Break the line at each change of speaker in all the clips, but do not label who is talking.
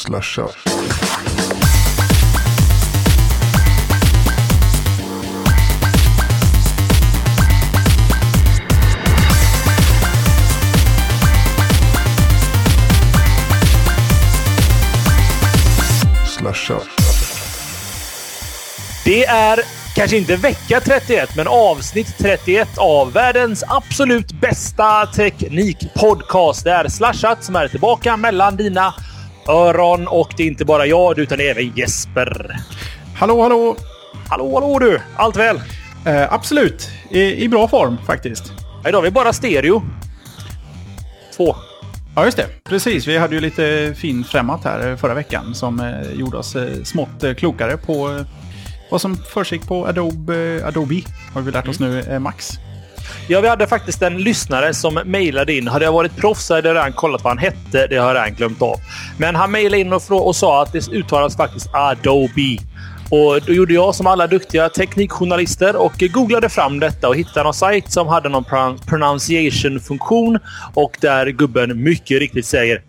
Slasha. Slasha.
Det är kanske inte vecka 31, men avsnitt 31 av världens absolut bästa teknikpodcast. Det är Slashat som är tillbaka mellan dina öron, och det är inte bara jag utan det är även Jesper.
Hallå, hallå!
Hallå du! Allt väl?
Absolut. I bra form faktiskt.
Idag har vi bara stereo. 2.
Ja, just det. Precis. Vi hade ju lite fin främmat här förra veckan som gjorde oss smått klokare på vad som försiggick på Adobe har vi lärt oss nu, Max.
Ja, vi hade faktiskt en lyssnare som mejlade in. Hade jag varit proffs hade jag redan kollat vad han hette. Det har jag redan glömt av. Men han mejlade in och sa att det uttalas faktiskt Adobe. Och då gjorde jag som alla duktiga teknikjournalister och googlade fram detta och hittade någon sajt som hade någon pronunciation-funktion. Och där gubben mycket riktigt säger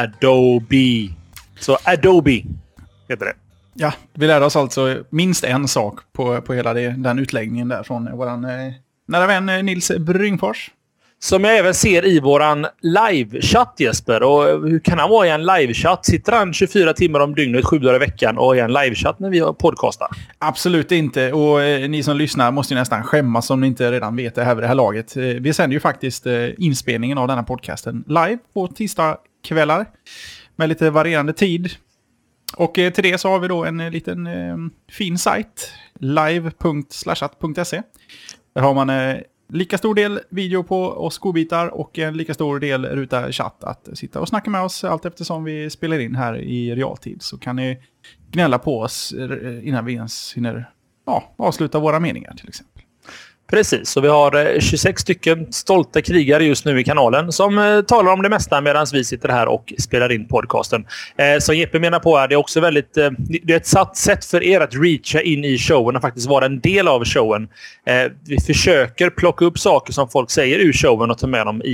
Adobe. Så Adobe heter det.
Ja, vi lärde oss alltså minst en sak på hela den utläggningen där från våran nära vän Nils Bryngfors.
Som jag även ser i våran live-chatt, Jesper. Och hur kan han vara i en live-chatt? Sitter han 24 timmar om dygnet, 7 dagar i veckan och i en live-chatt när vi har podcastar?
Absolut inte. Och ni som lyssnar måste ju nästan skämmas om ni inte redan vet det här vid det här laget. Vi sänder ju faktiskt inspelningen av denna podcasten live på tisdagskvällar med lite varierande tid. Och till det så har vi då en liten fin sajt, live.slashat.se. Där har man lika stor del video på oss godbitar och en lika stor del ruta chatt att sitta och snacka med oss allt eftersom vi spelar in här i realtid. Så kan ni gnälla på oss innan vi ens hinner avsluta våra meningar till exempel.
Precis, så vi har 26 stycken stolta krigare just nu i kanalen som talar om det mesta medan vi sitter här och spelar in podcasten. Som Jeppe menar på är det också väldigt... det är ett satt sätt för er att reacha in i showen och faktiskt vara en del av showen. Vi försöker plocka upp saker som folk säger ur showen och ta med dem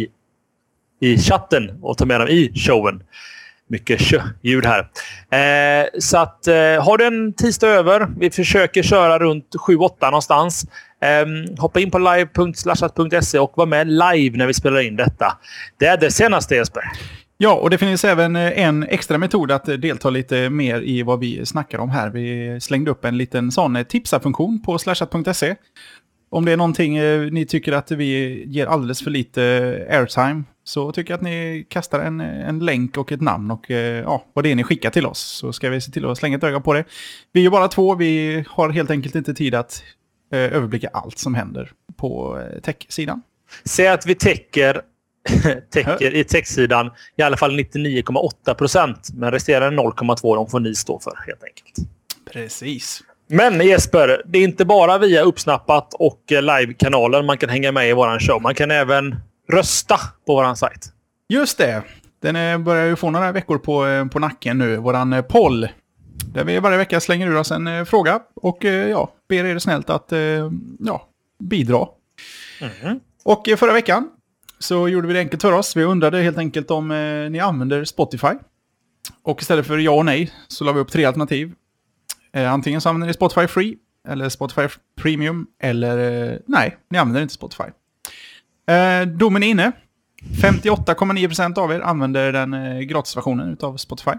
i chatten och ta med dem i showen. Mycket ljud här. Så att har du en tisdag över, vi försöker köra runt 7-8 någonstans. Hoppa in på live.slashat.se och var med live när vi spelar in detta. Det är det senaste, Jesper.
Ja, och det finns även en extra metod att delta lite mer i vad vi snackar om här. Vi slängde upp en liten sån tipsarfunktion på slashat.se. Om det är någonting ni tycker att vi ger alldeles för lite airtime så tycker jag att ni kastar en länk och ett namn och vad det är ni skickar till oss. Så ska vi se till att slänga ett öga på det. Vi är ju bara 2, vi har helt enkelt inte tid att överblicka allt som händer på tech-sidan.
Säg att vi täcker i tech-sidan i alla fall 99,8%, men resterande 0,2% de får ni stå för helt enkelt.
Precis.
Men Jesper, det är inte bara via Uppsnappat och live-kanalen man kan hänga med i våran show. Man kan även rösta på våran sajt.
Just det. Den börjar ju få några veckor på nacken nu. Våran poll. Där vi varje vecka slänger ur oss en fråga. Och ber er snällt att bidra. Mm. Och förra veckan så gjorde vi det enkelt för oss. Vi undrade helt enkelt om ni använder Spotify. Och istället för ja och nej så la vi upp 3 alternativ. Antingen så använder ni Spotify Free eller Spotify Premium eller nej, ni använder inte Spotify. Domen är inne. 58,9% av er använder den gratisversionen utav Spotify.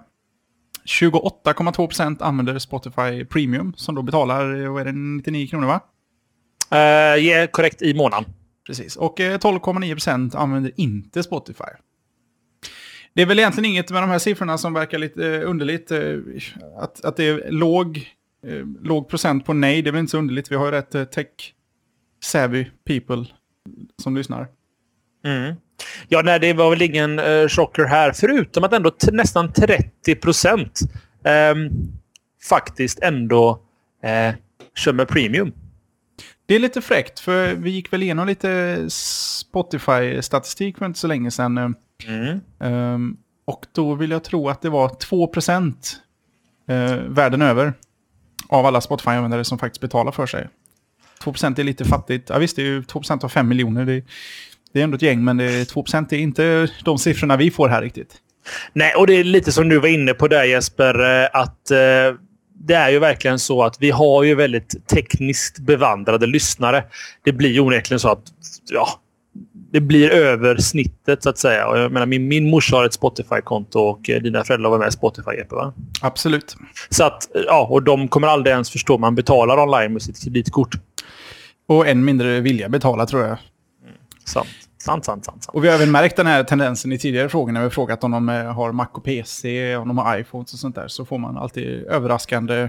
28,2% använder Spotify Premium som då betalar, vad är det, 99 kronor va?
Ja, korrekt, i månaden.
Precis, och 12,9% använder inte Spotify. Det är väl egentligen inget med de här siffrorna som verkar lite underligt. Att det är låg procent på nej, det är väl inte så underligt. Vi har ju rätt tech-savvy people som lyssnar.
Mm. Ja, nej, det var väl ingen chocker här. Förutom att ändå nästan 30% faktiskt ändå kör med premium.
Det är lite fräckt, för vi gick väl igenom lite Spotify-statistik för inte så länge sedan. Och då vill jag tro att det var 2% världen över av alla Spotify-användare som faktiskt betalar för sig. 2% är lite fattigt. Ja visst, det är ju 2% av 5 miljoner. Det är ändå ett gäng, men 2% är inte de siffrorna vi får här riktigt.
Nej, och det är lite som du var inne på där Jesper, att det är ju verkligen så att vi har ju väldigt tekniskt bevandrade lyssnare. Det blir ju onekligen så att det blir över snittet så att säga. Och jag menar, min morsa har ett Spotify-konto och dina föräldrar var med i Spotify-appen, va?
Absolut.
Så att, och de kommer aldrig ens förstå man betalar online med sitt kreditkort.
Och än mindre vilja betala, tror jag.
Sant.
Och vi har även märkt den här tendensen i tidigare frågor när vi har frågat om de har Mac och PC, om de har iPhones och sånt där. Så får man alltid överraskande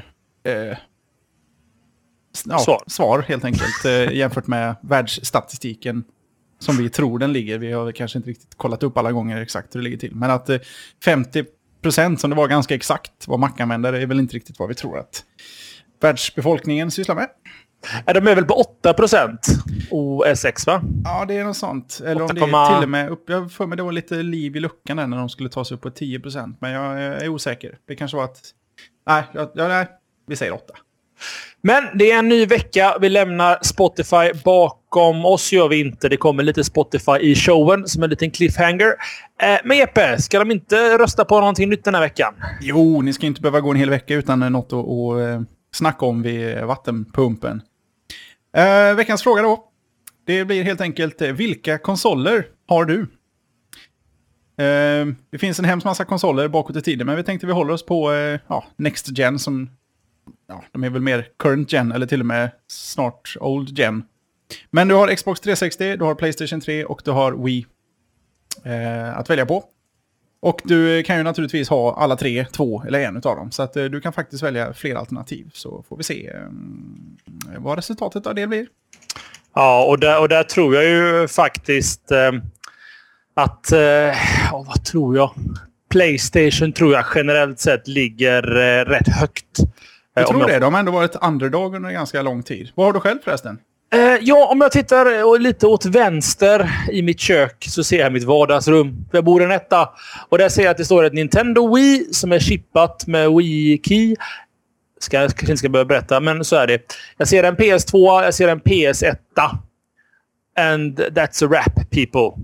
svar helt enkelt jämfört med världsstatistiken som vi tror den ligger. Vi har kanske inte riktigt kollat upp alla gånger exakt hur det ligger till. Men att 50% som det var ganska exakt var Mac-användare är väl inte riktigt vad vi tror att världsbefolkningen sysslar med.
De är väl på 8% OS X, va?
Ja, det är något sånt. Eller om det är till och med upp. Jag för mig det var lite liv i luckan där när de skulle ta sig upp på 10%. Men jag är osäker. Det kanske var att... Nej, vi säger 8. Men
det är en ny vecka. Vi lämnar Spotify bakom oss. Gör vi inte. Det kommer lite Spotify i showen som en liten cliffhanger. Men Jeppe, ska de inte rösta på någonting nytt den här veckan?
Jo, ni ska inte behöva gå en hel vecka utan något att snacka om vid vattenpumpen. Veckans fråga då. Det blir helt enkelt, vilka konsoler har du? Det finns en hemskt massa konsoler bakåt i tiden, men vi tänkte vi håller oss på Next Gen som, de är väl mer current gen eller till och med snart old gen. Men du har Xbox 360, du har PlayStation 3 och du har Wii att välja på. Och du kan ju naturligtvis ha alla 3, 2 eller en utav dem. Så att du kan faktiskt välja fler alternativ. Så får vi se vad resultatet av det blir.
Ja, och där tror jag ju faktiskt att... vad tror jag? PlayStation tror jag generellt sett ligger rätt högt.
Jag tror det. De har ändå varit underdog under ganska lång tid. Vad har du själv förresten?
Om jag tittar lite åt vänster i mitt kök så ser jag mitt vardagsrum. Jag bor i en etta. Och där ser jag att det står ett Nintendo Wii som är chippat med Wii Key. Kanske inte ska börja berätta, men så är det. Jag ser en PS2, jag ser en PS1. And that's a wrap, people.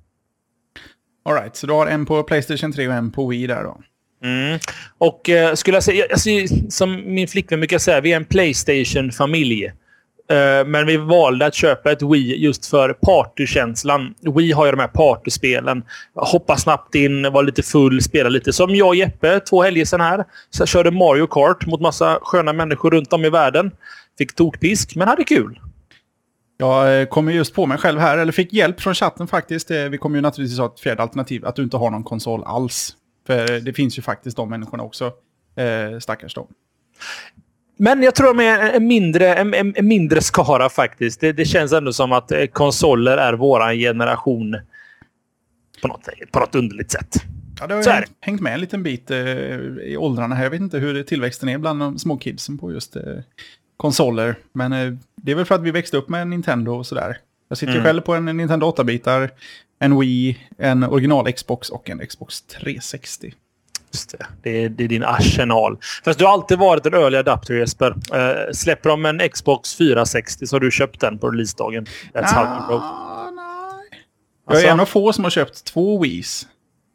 All right, så du har en på PlayStation 3 och en på Wii där då.
Och skulle jag säga, som min flickvän brukar säga, vi är en PlayStation-familj. Men vi valde att köpa ett Wii just för partykänslan. Wii har ju de här partyspelen. Hoppa snabbt in, var lite full, spela lite. Som jag och Jeppe, 2 helger sedan här. Så jag körde Mario Kart mot massa sköna människor runt om i världen. Fick tokpisk, men hade kul.
Jag kommer just på mig själv här, eller fick hjälp från chatten faktiskt. Vi kommer ju naturligtvis ha ett fjärde alternativ, att du inte har någon konsol alls. För det finns ju faktiskt de människorna också. Stackars dem.
Men jag tror de är en mindre skara faktiskt. Det känns ändå som att konsoler är våran generation på något underligt sätt.
Ja, det har hängt med en liten bit i åldrarna här. Jag vet inte hur tillväxten är bland de små kidsen på just konsoler. Men det är väl för att vi växte upp med en Nintendo och sådär. Jag sitter ju själv på en Nintendo 8-bitar, en Wii, en original Xbox och en Xbox 360.
Just det. Det är din arsenal. Fast du har alltid varit en early adapter, Jesper. Släpper de en Xbox 460 så har du köpt den på releasedagen. That's how you broke.
Nej. Jag är en av få som har köpt 2 Wiis.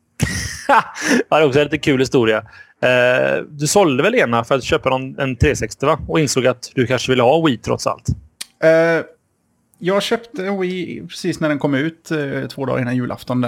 Det är också en lite kul historia. Du sålde väl ena för att köpa en 360, va? Och insåg att du kanske ville ha Wii trots allt.
Jag köpte en Wii precis när den kom ut 2 dagar innan julafton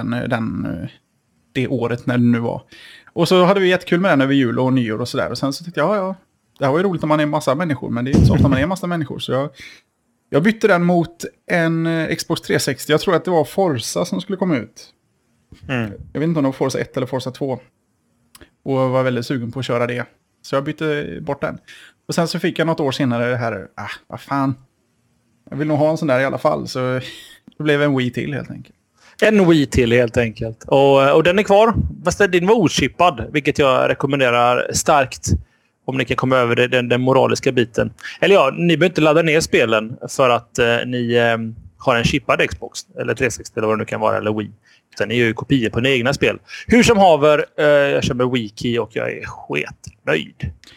det året när det nu var. Och så hade vi jättekul med den över jul och nyår och sådär. Och sen så tyckte jag, det här var ju roligt när man är en massa människor. Men det är inte så ofta man är en massa människor. Så jag bytte den mot en Xbox 360. Jag tror att det var Forza som skulle komma ut. Jag vet inte om det var Forza 1 eller Forza 2. Och var väldigt sugen på att köra det. Så jag bytte bort den. Och sen så fick jag något år senare det här, vad fan. Jag vill nog ha en sån där i alla fall. Så det blev en Wii till helt enkelt.
En Wii till helt enkelt. Och den är kvar. Fast den var ochippad. Vilket jag rekommenderar starkt. Om ni kan komma över den moraliska biten. Eller ja, ni behöver inte ladda ner spelen. För att ni har en chippad Xbox. Eller 360 eller vad det nu kan vara. Eller Wii. Utan ni gör ju kopior på dina egna spel. Hur som haver, jag kör med Wii Key och jag är sketnöjd.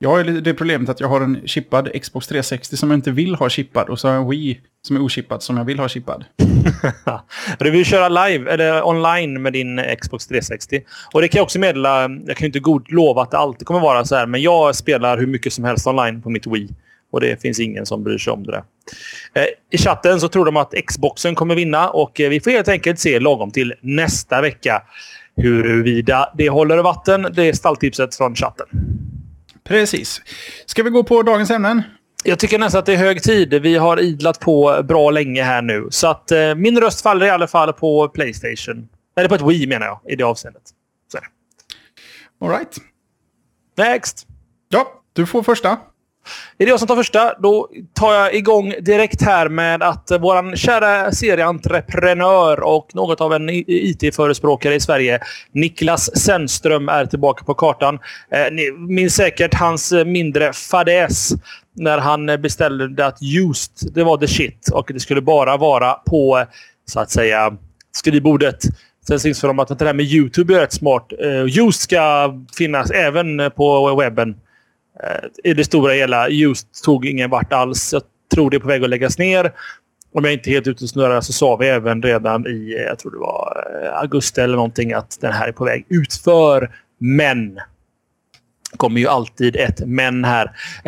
Jag har det problemet att jag har en chippad Xbox 360 som jag inte vill ha chippad. Och så har jag en Wii som är ochippad som jag vill ha chippad.
Du vill köra live eller online med din Xbox 360. Och det kan jag också meddela. Jag kan ju inte lova att det alltid kommer vara så här. Men jag spelar hur mycket som helst online på mitt Wii. Och det finns ingen som bryr sig om det där. I chatten så tror de att Xboxen kommer vinna. Och vi får helt enkelt se lagom till nästa vecka huruvida det håller vatten. Det är stalltipset från chatten.
Precis. Ska vi gå på dagens ämnen?
Jag tycker nästan att det är hög tid. Vi har idlat på bra länge här nu. Så att min röst faller i alla fall på PlayStation. Eller på ett Wii menar jag i det avseendet. Så.
All right.
Next.
Ja, du får första.
Är det jag som tar första? Då tar jag igång direkt här med att våran kära serieentreprenör och något av en IT-förespråkare i Sverige, Niklas Sennström, är tillbaka på kartan. Ni minns säkert hans mindre fadäs när han beställde att Just, det var the shit. Och det skulle bara vara på, så att säga, skrivbordet. Sen syns det om att det här med YouTube är rätt smart. Just ska finnas även på webben. I det stora hela, Just tog ingen vart alls. Jag tror det är på väg att läggas ner. Om jag inte är helt ute och snurrar så sa vi även redan i, jag tror det var augusti eller någonting, att den här är på väg utför. Men kommer ju alltid ett men här.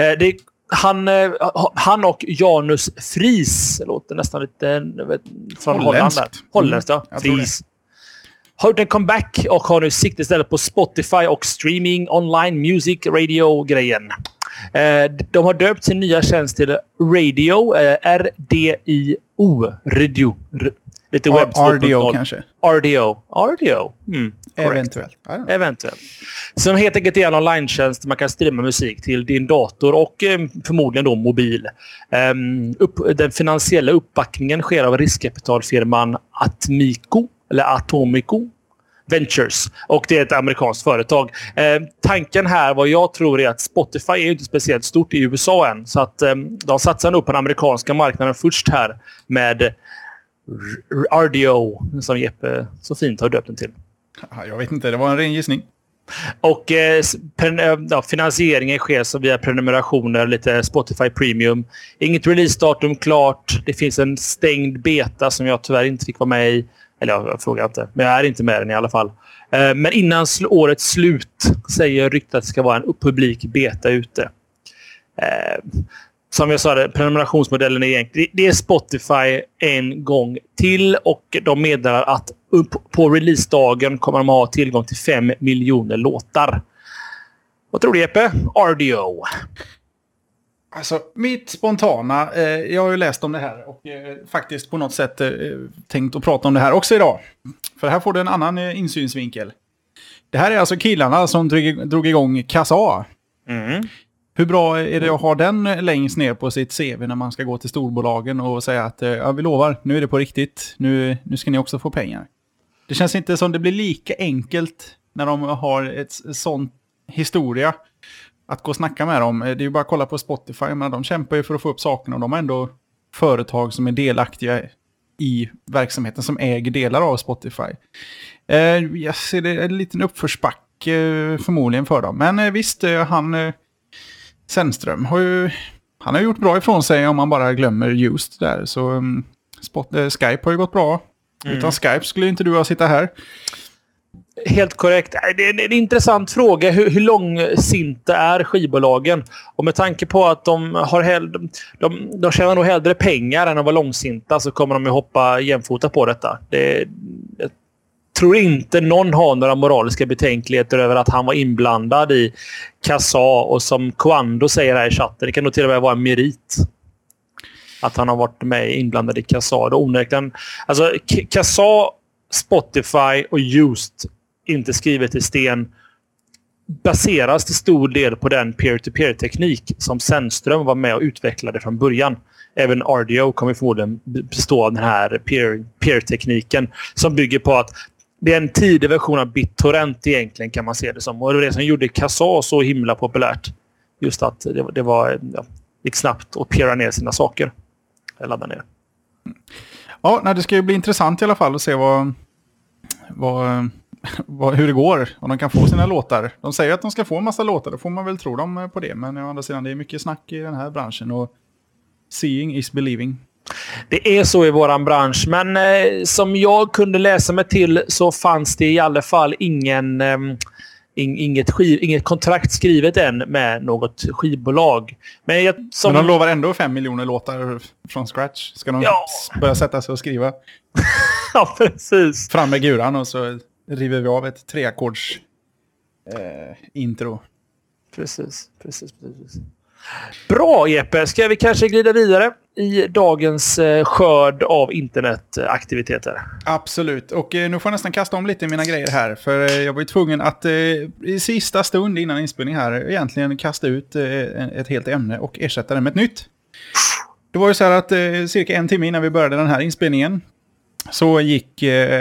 Han och Janus Friis, låter nästan lite från Holland där. Holländskt, ja. Friis. Har gjort en comeback och har nu sikte istället på Spotify och streaming, online, music, radio-grejen. De har döpt sin nya tjänst till Radio, RDIO, Radio. Lite webb 2.0.
RDO kanske?
RDO. Eventuellt. Som helt enkelt är en online-tjänst där man kan streama musik till din dator och förmodligen då mobil. Den finansiella uppbackningen sker av riskkapitalfirman Atomico Ventures. Och det är ett amerikanskt företag. Tanken här, vad jag tror, är att Spotify är inte speciellt stort i USA än. Så att de satsar nog på den amerikanska marknaden först här med RDO, som Jeppe så fint har döpt den till.
Jag vet inte, det var en ren gissning.
Och finansieringen sker så via prenumerationer, lite Spotify Premium. Inget releasedatum klart. Det finns en stängd beta som jag tyvärr inte fick vara med i. Eller jag frågar inte, men jag är inte med den i alla fall. Men innan årets slut säger ryktet att det ska vara en publik beta ute. Som jag sa, prenumerationsmodellen är egentligen, det är Spotify en gång till, och de meddelar att på releasedagen kommer de ha tillgång till 5 miljoner låtar. Vad tror du, Jeppe? RDO.
Alltså, mitt spontana, jag har ju läst om det här och faktiskt på något sätt tänkt att prata om det här också idag. För här får du en annan insynsvinkel. Det här är alltså killarna som drog igång Kazaa.
Mm.
Hur bra är det att ha den längst ner på sitt CV när man ska gå till storbolagen och säga att ja, vi lovar, nu är det på riktigt, nu ska ni också få pengar. Det känns inte som det blir lika enkelt när de har ett sånt historia att gå och snacka med dem. Det är ju bara att kolla på Spotify, men de kämpar ju för att få upp sakerna och de har ändå företag som är delaktiga i verksamheten som äger delar av Spotify. Jag ser det en liten uppförsback förmodligen för dem. Men visst, han Sennström han har gjort bra ifrån sig om man bara glömmer Just där. Så Skype har ju gått bra. Utan Skype skulle inte du sitta här.
Helt korrekt. Det är en intressant fråga. Hur långsinta är skivbolagen? Och med tanke på att de tjänar nog hellre pengar än att vara långsinta, så kommer de ju hoppa jämfota på detta. Jag tror inte någon har några moraliska betänkligheter över att han var inblandad i Kazaa, och som Kwando säger här i chatten, det kan nog till och med vara en merit att han har varit med inblandad i Kazaa. Det onekligen, alltså Kazaa, Spotify och Just, inte skrivet i sten, baseras till stor del på den peer-to-peer-teknik som Sennström var med och utvecklade från början. Även RDO kommer förmodligen bestå av den här peer-tekniken som bygger på att det är en tidig version av BitTorrent egentligen, kan man se det som. Och det var det som gjorde Kazaa så himla populärt. Just att det var, gick snabbt att peera ner sina saker. Eller ladda ner.
Ja, det ska ju bli intressant i alla fall att se vad hur det går. Om de kan få sina låtar. De säger att de ska få en massa låtar. Då får man väl tro dem på det. Men å andra sidan, det är mycket snack i den här branschen. Och seeing is believing.
Det är så i våran bransch. Men som jag kunde läsa mig till så fanns det i alla fall inget kontrakt skrivet än med något skivbolag. Men
de lovar ändå 5 miljoner låtar från scratch. Ska de börja sätta sig och skriva?
Ja, precis.
Fram med guran och så river vi av ett 3-ackords intro.
Precis. Bra, Jeppe. Ska vi kanske glida vidare i dagens skörd av internetaktiviteter?
Absolut. Och nu får jag nästan kasta om lite i mina grejer här. För jag var ju tvungen att i sista stund innan inspelning här egentligen kasta ut ett helt ämne och ersätta det med ett nytt. Det var ju så här att cirka en timme innan vi började den här inspelningen så gick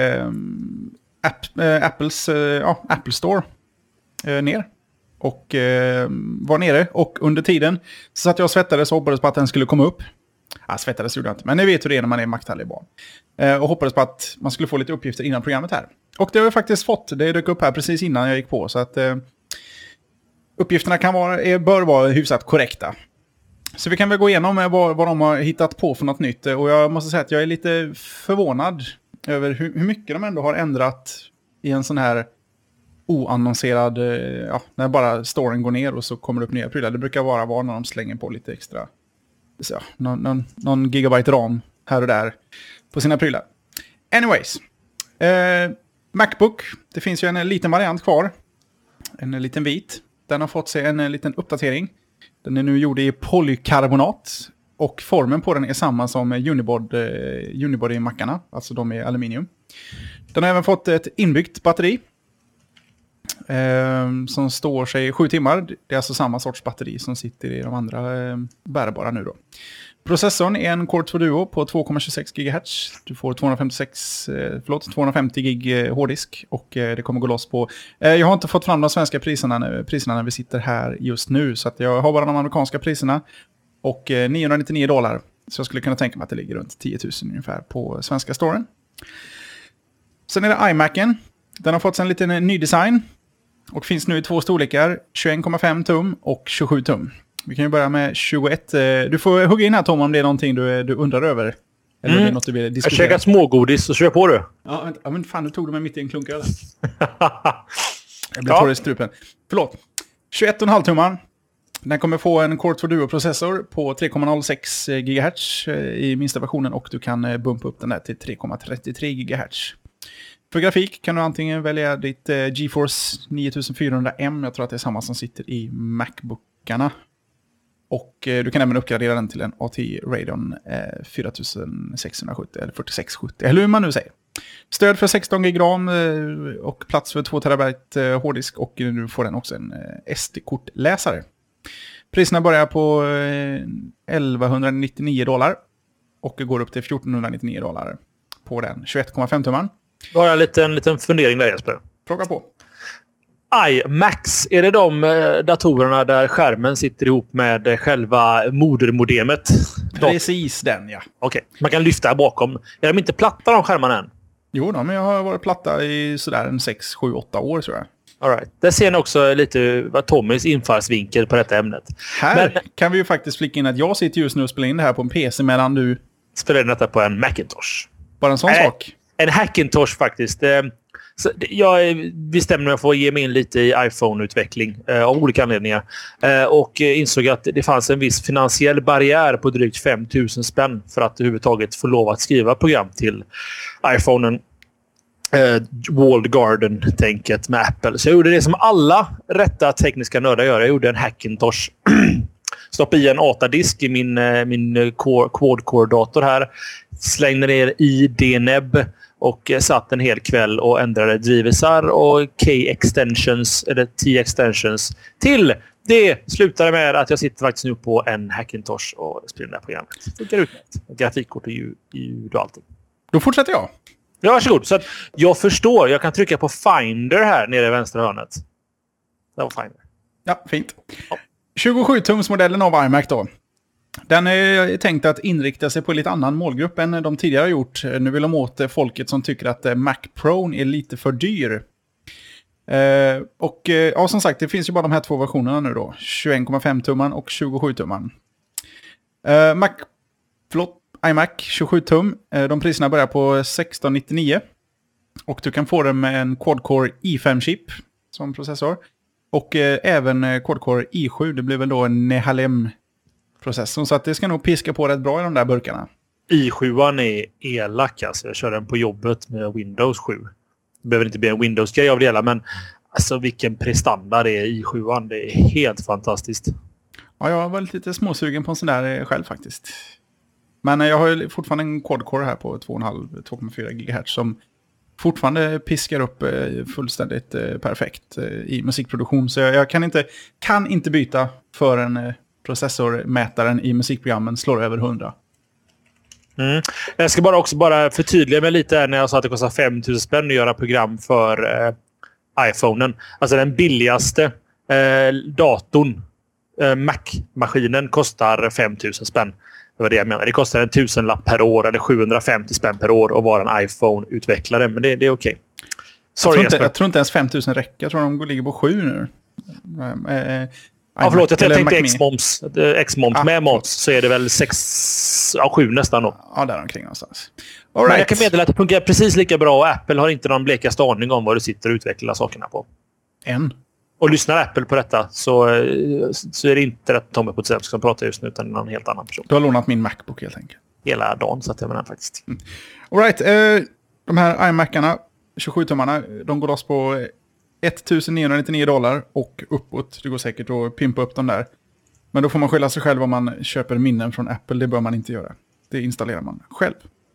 Apples Apple Store ner. Och var nere. Och under tiden så satt jag och svettades och hoppades på att den skulle komma upp. Svettades gjorde jag inte. Men ni vet hur det är när man är makttaliban. Och hoppades på att man skulle få lite uppgifter innan programmet här. Och det har jag faktiskt fått. Det dök upp här precis innan jag gick på. Så att uppgifterna bör vara hyfsat korrekta. Så vi kan väl gå igenom vad de har hittat på för något nytt. Och jag måste säga att jag är lite förvånad över hur mycket de ändå har ändrat i en sån här oannonserad, när bara storyn går ner och så kommer det upp nya prylar. Det brukar vara när de slänger på lite extra, så, någon gigabyte ram här och där på sina prylar. Anyways, Macbook, det finns ju en liten variant kvar. En liten vit. Den har fått sig en liten uppdatering. Den är nu gjord i polykarbonat och formen på den är samma som Unibody-mackarna, alltså de är aluminium. Den har även fått ett inbyggt batteri. Som står sig 7 timmar. Det är alltså samma sorts batteri som sitter i de andra bärbara nu då. Processorn är en Core 2 Duo på 2,26 GHz. Du får 250 gig hårddisk och det kommer gå loss på... jag har inte fått fram de svenska priserna när vi sitter här just nu, så att jag har bara de amerikanska priserna och $999. Så jag skulle kunna tänka mig att det ligger runt 10 000 ungefär på svenska storen. Sen är det iMacen. Den har fått en liten ny design och finns nu i 2 storlekar, 21,5 tum och 27 tum. Vi kan ju börja med 21. Du får hugga in här, Tom, om det är någonting du undrar över. Eller det är något du vill diskutera.
Jag käkar smågodis och kör på du.
Ja, men fan, nu tog du mig mitt i en klunk öl. Jag blir torr i strupen. Förlåt. 21,5 tummar. Den kommer få en Core 2 Duo-processor på 3,06 GHz i minsta versionen och du kan bumpa upp den där till 3,33 GHz. För grafik kan du antingen välja ditt GeForce 9400M. Jag tror att det är samma som sitter i Macbookarna. Och du kan även uppgradera den till en ATI Radeon 4670 eller 4670. Eller hur man nu säger. Stöd för 16 GB RAM och plats för 2 TB hårddisk. Och nu får den också en SD-kortläsare. Priserna börjar på $1,199 och går upp till $1,499 på den 21,5 tumman.
Då har jag en liten fundering där, Jesper.
Fråga på.
iMacs, är det de datorerna där skärmen sitter ihop med själva modermodemet?
Precis den, ja.
Okej, man kan lyfta bakom. Är de inte platta, de skärmarna än?
Jo, de har varit platta i sådär en 6, 7, 8 år, tror jag.
All right. Där ser ni också lite vad Tommys infallsvinkel på detta ämnet.
Här kan vi ju faktiskt flika in att jag sitter just nu och spelar in det här på en PC medan du...
spelar in detta på en Macintosh.
Bara en sån sak?
En Hackintosh faktiskt. Så jag bestämde mig för att ge mig in lite i iPhone-utveckling av olika anledningar. Och insåg att det fanns en viss finansiell barriär på drygt 5 000 spänn för att överhuvudtaget få lov att skriva program till iPhonen. Walled Garden-tänket med Apple. Så jag gjorde det som alla rätta tekniska nördar gör. Jag gjorde en Hackintosh. Stoppade i en ATA-disk i min quad-core-dator här. Slängde ner ID-nebb och satt en hel kväll och ändrade drivesar och K-extensions eller T-extensions till det slutade med att jag sitter faktiskt nu på en Hackintosh och spelar det här programmet. Det funkar utmärkt. Grafikkort och ljud och allting.
Då fortsätter jag.
Ja, varsågod. Så att jag förstår. Jag kan trycka på Finder här nere i vänstra hörnet. Det var Finder.
Ja, fint. Ja. 27-tumsmodellen av iMac då. Den är tänkt att inrikta sig på en lite annan målgrupp än de tidigare har gjort. Nu vill de åt folket som tycker att Mac Pro är lite för dyr. Ja, som sagt, det finns ju bara de här två versionerna nu då. 21,5-tumman och 27-tumman. iMac 27 tum. De priserna börjar på 1699. Och du kan få den med en quad-core i5-chip som processor. Och även quad-core i7. Det blir väl då en Nehalem-processor. Så att det ska nog piska på rätt bra i de där burkarna.
i7 är elak. Alltså. Jag kör den på jobbet med Windows 7. Det behöver inte bli en Windows-grej av det hela, men alltså vilken prestanda det är i7. Det är helt fantastiskt.
Ja, jag var lite småsugen på en sån där själv faktiskt. Men jag har ju fortfarande en quad-core här på 2,4 GHz som fortfarande piskar upp fullständigt perfekt i musikproduktion. Så jag kan inte byta förrän processormätaren i musikprogrammen slår över 100.
Jag ska bara förtydliga mig lite här när jag sa att det kostar 5 000 spänn att göra program för iPhonen. Alltså den billigaste datorn, Mac-maskinen, kostar 5 000 spänn. Det var det jag menade. Det kostar 1 000-lapp per år eller 750 spänn per år att vara en iPhone-utvecklare. Men det är okej.
Jag tror inte ens 5 000 räcker. Jag tror de ligger på 7 nu.
Förlåt. Jag tänkte X-moms. Med moms så är det väl 7 nästan då.
Ja, där omkring någonstans.
Right. Men jag kan meddela att det funkar precis lika bra och Apple har inte någon blekaste aning om vad du sitter och utvecklar sakerna på. Och lyssnar Apple på detta så är det inte rätt Tommy på ett som pratar just nu utan någon helt annan person.
Du har lånat min MacBook helt enkelt.
Hela dagen satt jag med den faktiskt.
All right, de här iMacarna, 27-tummarna, de går loss på $1,999 och uppåt. Det går säkert att pimpa upp dem där. Men då får man skylla sig själv om man köper minnen från Apple. Det bör man inte göra. Det installerar man själv.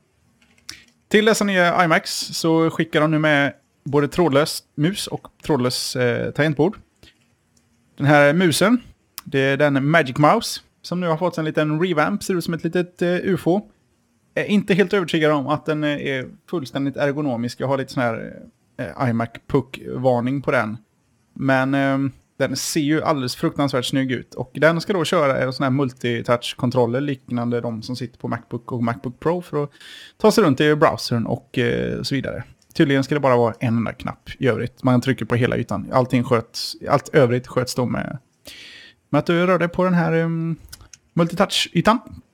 Till dessa nya iMacs så skickar de nu med både trådlös mus och trådlös tangentbord. Den här musen, det är den Magic Mouse som nu har fått en liten revamp. Ser ut som ett litet UFO. Jag är inte helt övertygad om att den är fullständigt ergonomisk. Jag har lite sån här iMac Puck-varning på den. Men den ser ju alldeles fruktansvärt snygg ut. Och den ska då köra en sån här multitouch-kontroller liknande de som sitter på MacBook och MacBook Pro för att ta sig runt i browsern och så vidare. Tydligen ska det bara vara en enda knapp i övrigt. Man trycker på hela ytan. Allt övrigt sköts då med att du rör dig på den här multitouch-ytan.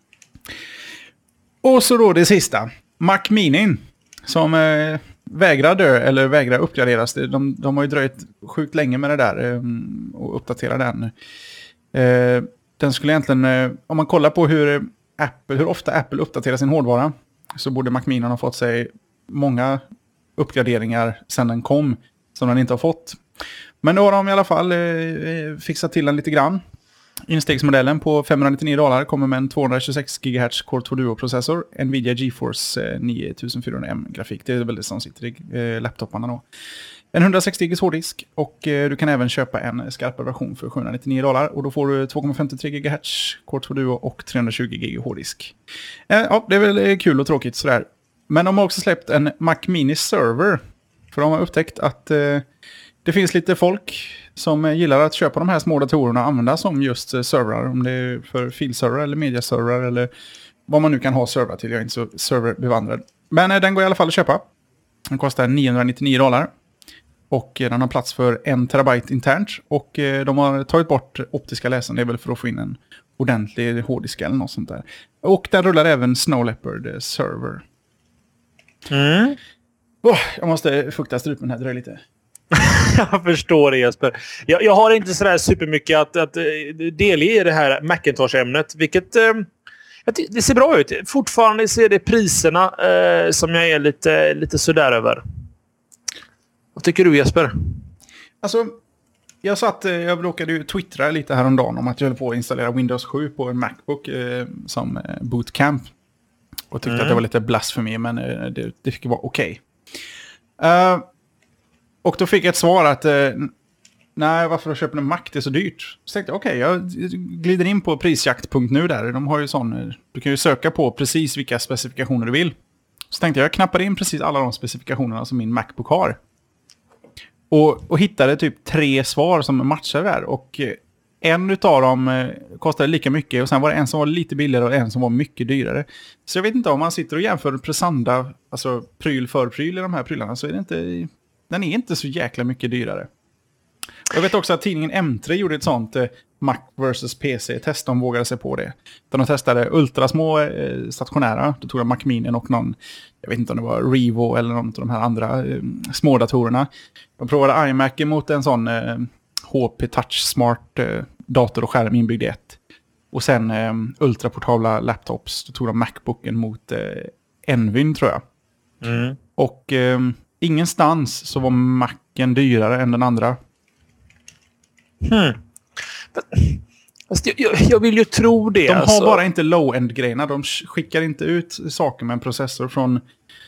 Och så då det sista. Mac Mini som vägrar dö eller vägrar uppgraderas. De har ju dröjt sjukt länge med det där och uppdatera den. Den skulle egentligen, om man kollar på hur ofta Apple uppdaterar sin hårdvara så borde Mac Mini ha fått sig många uppgraderingar sedan den kom som den inte har fått. Men då har de i alla fall fixat till den lite grann. Instegsmodellen på $599 kommer med en 226 GHz Core 2 Duo-processor, Nvidia GeForce 9400M grafik. Det är väl det som sitter i laptoparna då. En 160 GB hårddisk och du kan även köpa en skarpare version för $799 och då får du 2,53 GHz Core 2 Duo och 320 GB hårddisk. Ja, det är väl kul och tråkigt sådär. Men de har också släppt en Mac Mini Server. För de har upptäckt att det finns lite folk som gillar att köpa de här små datorerna och använda som just servrar. Om det är för filservrar eller mediaservrar eller vad man nu kan ha servrar till. Jag är inte så serverbevandrad. Men den går i alla fall att köpa. Den kostar $999. Och den har plats för 1 terabyte internt. Och de har tagit bort optiska läsaren. Det är väl för att få in en ordentlig hårddisk eller något sånt där. Och den rullar även Snow Leopard server. Jag måste fukta strupen här, dröj lite.
Jag förstår det, Jesper. Jag har inte sådär supermycket att delge i det här Macintosh-ämnet. Vilket det ser bra ut. Fortfarande ser det priserna som jag är lite sådär över. Vad tycker du, Jesper?
Alltså, jag råkade ju twittra lite häromdagen om att jag höll på att installera Windows 7 på en Macbook som bootcamp. Och tyckte att det var lite blasfemi, men det fick vara okej. Och då fick jag ett svar att nej, varför köper en Mac? Det är så dyrt. Så tänkte jag, okej, jag glider in på prisjakt.nu där. De har ju sån, du kan ju söka på precis vilka specifikationer du vill. Så tänkte jag knappade in precis alla de specifikationerna som min Macbook har. Och hittade typ 3 svar som matchar där. Och en utav dem kostade lika mycket. Och sen var det en som var lite billigare och en som var mycket dyrare. Så jag vet inte om man sitter och jämför prestanda, alltså pryl för pryl i de här prylarna, så är det inte den är inte så jäkla mycket dyrare. Jag vet också att tidningen M3 gjorde ett sånt Mac vs PC-test. De vågade sig på det. De testade ultrasmå stationära. Då tog de Mac Mini och någon, jag vet inte om det var Revo eller någon av de här andra små datorerna. De provade iMac mot en sån HP Touch Smart dator och skärm inbyggd i ett. Och sen ultraportabla laptops. Då tog de Macbooken mot Envyn, tror jag.
Mm.
Och ingenstans så var Macen dyrare än den andra.
Fast jag vill ju tro det.
De har
alltså.
bara inte low-end-grejerna. De skickar inte ut saker med en processor från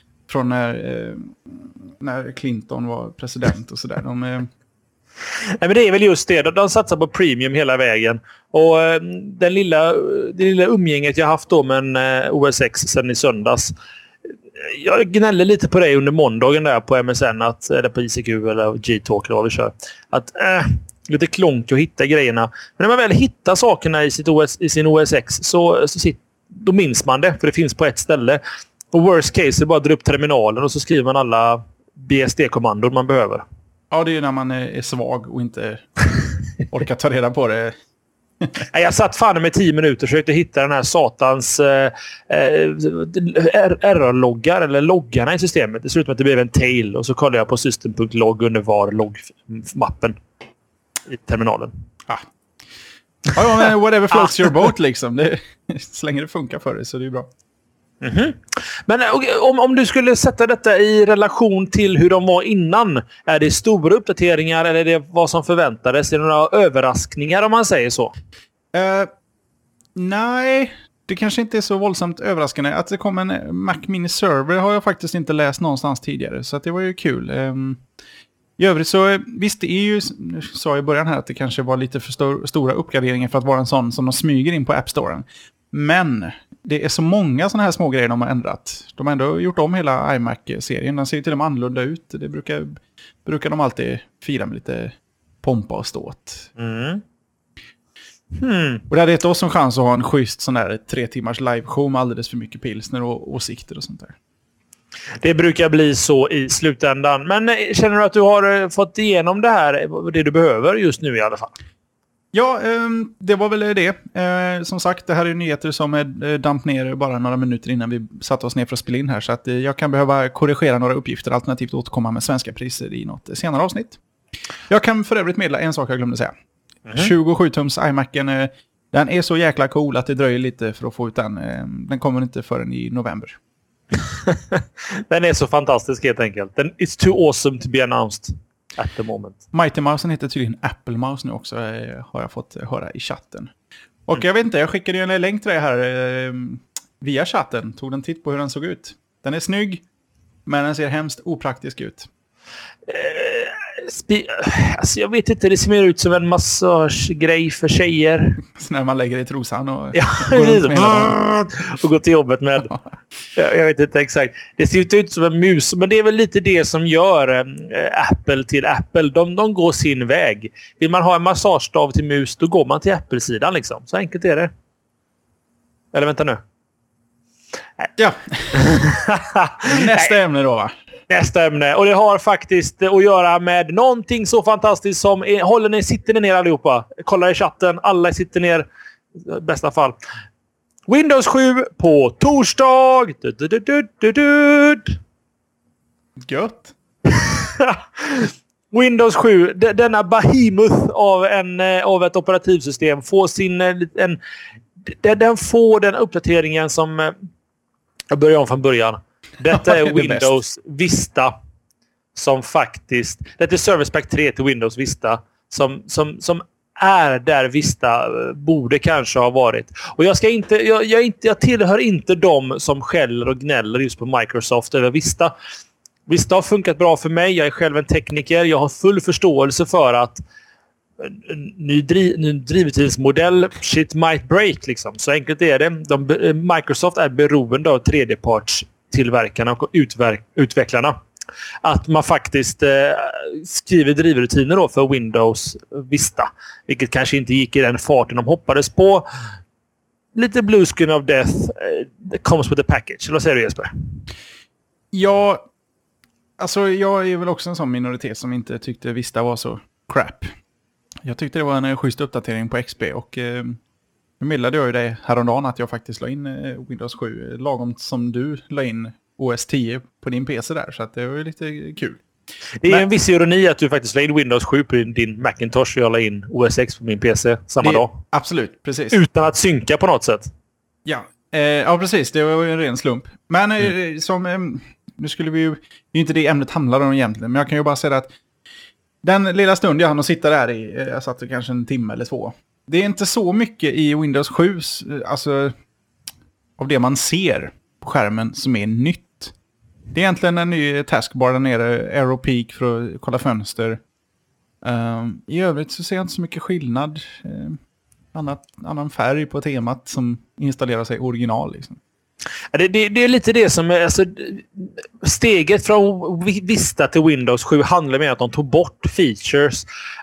när Clinton var president och sådär.
Nej, men det är väl just det. De satsar på premium hela vägen. Och det lilla umgänget jag haft då med en OS X sen i söndags. Jag gnäller lite på dig under måndagen där på MSN eller på ICQ eller G-Talk eller vad vi kör. Att lite klonk att hitta grejerna. Men när man väl hittar sakerna i sin OS X då minns man det. För det finns på ett ställe. Och worst case är bara att dra upp terminalen och så skriver man alla BSD-kommandon man behöver.
Ja, det är ju när man är svag och inte orkar ta reda på det.
Jag satt fan med 10 minuter och försökte hitta den här satans error-loggar eller loggarna i systemet. Det ser ut som att det blev en tail och så kollade jag på system.log under var logg-mappen i terminalen.
Ja, men whatever floats your boat liksom. Så länge det funkar för dig så det är bra.
Mm-hmm. Men om du skulle sätta detta i relation till hur de var innan, är det stora uppdateringar eller är det vad som förväntades? Är det några överraskningar om man säger så?
Nej, det kanske inte är så våldsamt överraskande. Att det kom en Mac Mini Server har jag faktiskt inte läst någonstans tidigare, så att det var ju kul. I övrigt så, visst, det är ju, sa jag i början här att det kanske var lite för stora uppgraderingar för att vara en sån som de smyger in på App Storen. Men det är så många sådana här små grejer de har ändrat. De har ändå gjort om hela iMac-serien. Den ser ju till och med annorlunda ut. Det brukar de alltid fira med lite pompa och ståt. Och det hade gett oss en chans att ha en schysst sån där 3 timmars live-show med alldeles för mycket pilsner och åsikter och sånt där.
Det brukar bli så i slutändan. Men känner du att du har fått igenom det här, det du behöver just nu i alla fall?
Ja, det var väl det. Som sagt, det här är nyheter som damp ner bara några minuter innan vi satte oss ner för att spela in här. Så att jag kan behöva korrigera några uppgifter, alternativt återkomma med svenska priser i något senare avsnitt. Jag kan för övrigt meddela en sak jag glömde säga. 27-tums iMacen, den är så jäkla cool att det dröjer lite för att få ut den. Den kommer inte förrän i november.
Den är så fantastisk helt enkelt. It's too awesome to be announced. At the moment.
Mighty Mousen heter tydligen Apple Mouse nu också, har jag fått höra i chatten. Och jag vet inte, jag skickade ju en länk till dig här via chatten. Tog en titt på hur den såg ut. Den är snygg, men den ser hemskt opraktisk ut.
Alltså jag vet inte, det ser mer ut som en massagegrej för tjejer.
Så när man lägger i trosan och
går till jobbet med. Jag vet inte exakt. Det ser inte ut som en mus, men det är väl lite det som gör Apple till Apple. De går sin väg. Vill man ha en massagestav till mus, då går man till Apple-sidan liksom. Så enkelt är det. Eller vänta nu.
Ja. Nästa ämne då, va?
Nästa ämne. Och det har faktiskt att göra med någonting så fantastiskt som... sitter ni ner allihopa? Kolla i chatten. Alla sitter ner. I bästa fall. Windows 7 på torsdag.
Gött.
Windows 7. Denna behemoth av ett operativsystem får den får den uppdateringen som... Jag börjar om från början. Detta är Windows Vista som faktiskt... Detta är Service Pack 3 till Windows Vista som är där Vista borde kanske ha varit. Och jag tillhör inte dem som skäller och gnäller just på Microsoft över Vista. Vista har funkat bra för mig. Jag är själv en tekniker. Jag har full förståelse för att ny drivtidsmodell shit might break liksom. Så enkelt är det. Microsoft är beroende av tredjepartstillverkarna och utvecklarna. Att man faktiskt skriver drivrutiner då för Windows Vista. Vilket kanske inte gick i den farten de hoppades på. Lite blue screen of death comes with a package. Eller vad säger du, Jesper?
Ja, Alltså jag är väl också en sån minoritet som inte tyckte Vista var så crap. Jag tyckte det var en schysst uppdatering på XP och nu meddelade jag ju dig häromdagen att jag faktiskt la in Windows 7 lagom som du la in OS 10 på din PC där, så att det var ju lite kul.
Det är en viss ironi att du faktiskt la in Windows 7 på din Macintosh och jag la in OS X på min PC samma dag.
Absolut, precis.
Utan att synka på något sätt.
Ja, ja precis. Det var ju en ren slump. Men nu skulle vi ju... Det är inte det ämnet handlar om egentligen, men jag kan ju bara säga att den lilla stund jag hann att sitta där i, jag satt kanske en timme eller 2. Det är inte så mycket i Windows 7, alltså av det man ser på skärmen som är nytt. Det är egentligen en ny taskbar där nere, Arrow Peak för att kolla fönster. I övrigt så ser jag inte så mycket skillnad. Annan färg på temat som installerar sig original liksom.
Det är lite det som är, alltså, steget från Vista till Windows 7 handlar med att de tog bort features,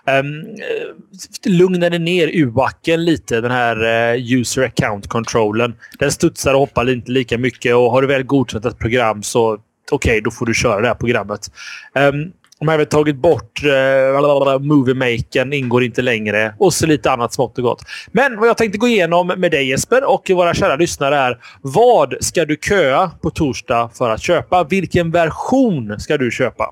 lugnade ner UACen lite, den här user account controlen. Den studsar och hoppar inte lika mycket, och har du väl godkänt ett program så okej, då får du köra det här programmet. De har även tagit bort Movie Maker, ingår inte längre, och så lite annat smått och gott. Men vad jag tänkte gå igenom med dig Jesper och våra kära lyssnare är: vad ska du köa på torsdag för att köpa? Vilken version ska du köpa?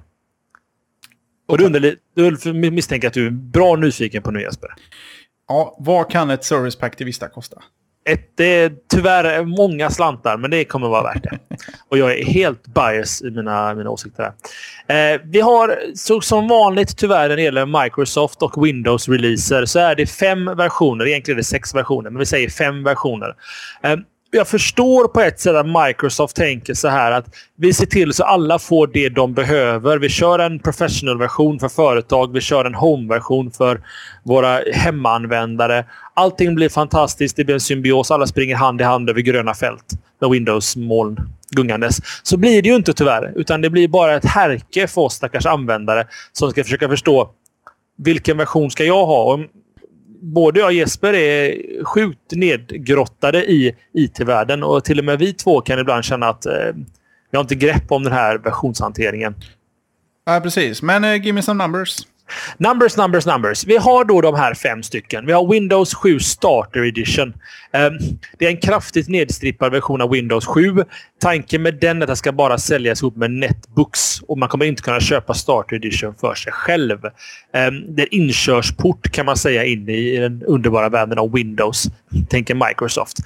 Och du misstänker att du är bra nyfiken på nu Jesper.
Ja, vad kan ett service pack till Vista kosta?
Det är tyvärr många slantar, men det kommer vara värt det. Och jag är helt bias i mina åsikter här. Vi har som vanligt tyvärr när det gäller Microsoft och Windows-releaser så är det 5 versioner. Egentligen är det 6 versioner, men vi säger 5 versioner. Jag förstår på ett sätt att Microsoft tänker så här att vi ser till så alla får det de behöver. Vi kör en professional-version för företag. Vi kör en home-version för våra hemmaanvändare. Allting blir fantastiskt. Det blir en symbios. Alla springer hand i hand över gröna fält med Windows-moln gungandes. Så blir det ju inte tyvärr. Utan det blir bara ett härke för oss stackars användare som ska försöka förstå vilken version ska jag ha. Och både jag och Jesper är sjukt nedgrottade i IT-världen, och till och med vi två kan ibland känna att vi har inte grepp om den här versionshanteringen.
Ja, precis. Men give me some numbers.
Numbers. Vi har då de här 5 stycken. Vi har Windows 7 Starter Edition. Det är en kraftigt nedstrippad version av Windows 7. Tanken med den är att det ska bara säljas ihop med Netbooks, och man kommer inte kunna köpa Starter Edition för sig själv. Det är inkörsport kan man säga in i den underbara världen av Windows, tänker Microsoft.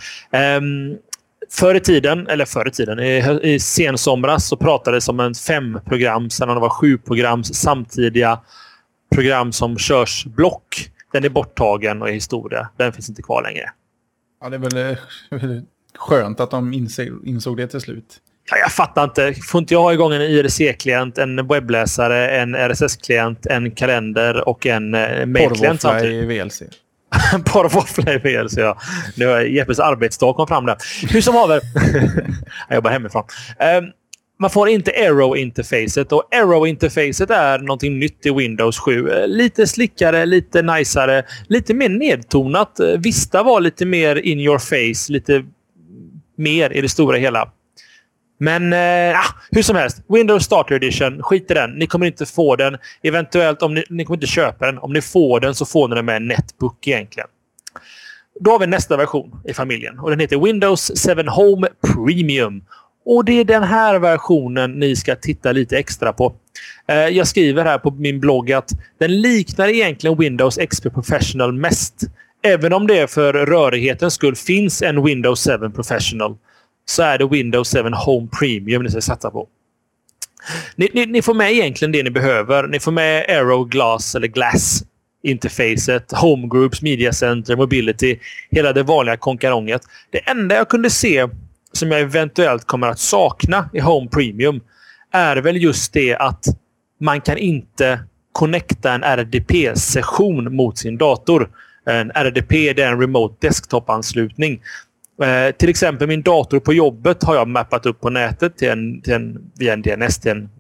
Förr i tiden, i sensomras så pratades om en 5-program, sedan det var 7-programs samtidiga program som körs block. Den är borttagen och är historia. Den finns inte kvar längre.
Ja, det är väl skönt att de insåg det till slut.
Ja, jag fattar inte. Får inte jag ha igång en IRC-klient, en webbläsare, en RSS-klient, en kalender och en mail-klient samtidigt?
Porrvåffla i VLC.
Porrvåffla i VLC, ja. Det var Jeppes arbetsdag kom fram där. Hur som haver. Jag jobbar hemifrån. Man får inte Arrow-interfacet, och Arrow-interfacet är någonting nytt i Windows 7. Lite slickare, lite niceare, lite mer nedtonat. Vista var lite mer in your face, lite mer i det stora hela. Men hur som helst, Windows Starter Edition, skit i den. Ni kommer inte få den. Eventuellt, om ni kommer inte köpa den. Om ni får den så får ni den med en netbook egentligen. Då har vi nästa version i familjen, och den heter Windows 7 Home Premium. Och det är den här versionen ni ska titta lite extra på. Jag skriver här på min blogg att den liknar egentligen Windows XP Professional mest. Även om det för rörighetens skull finns en Windows 7 Professional, så är det Windows 7 Home Premium ni ska satsa på. Ni får med egentligen det ni behöver. Ni får med Arrow Glass eller Glass interfacet, Home Groups, Media Center, Mobility, hela det vanliga konkaronget. Det enda jag kunde se som jag eventuellt kommer att sakna i Home Premium är väl just det att man kan inte connecta en RDP-session mot sin dator. En RDP är en Remote Desktop-anslutning. Till exempel min dator på jobbet har jag mappat upp på nätet via en DNS till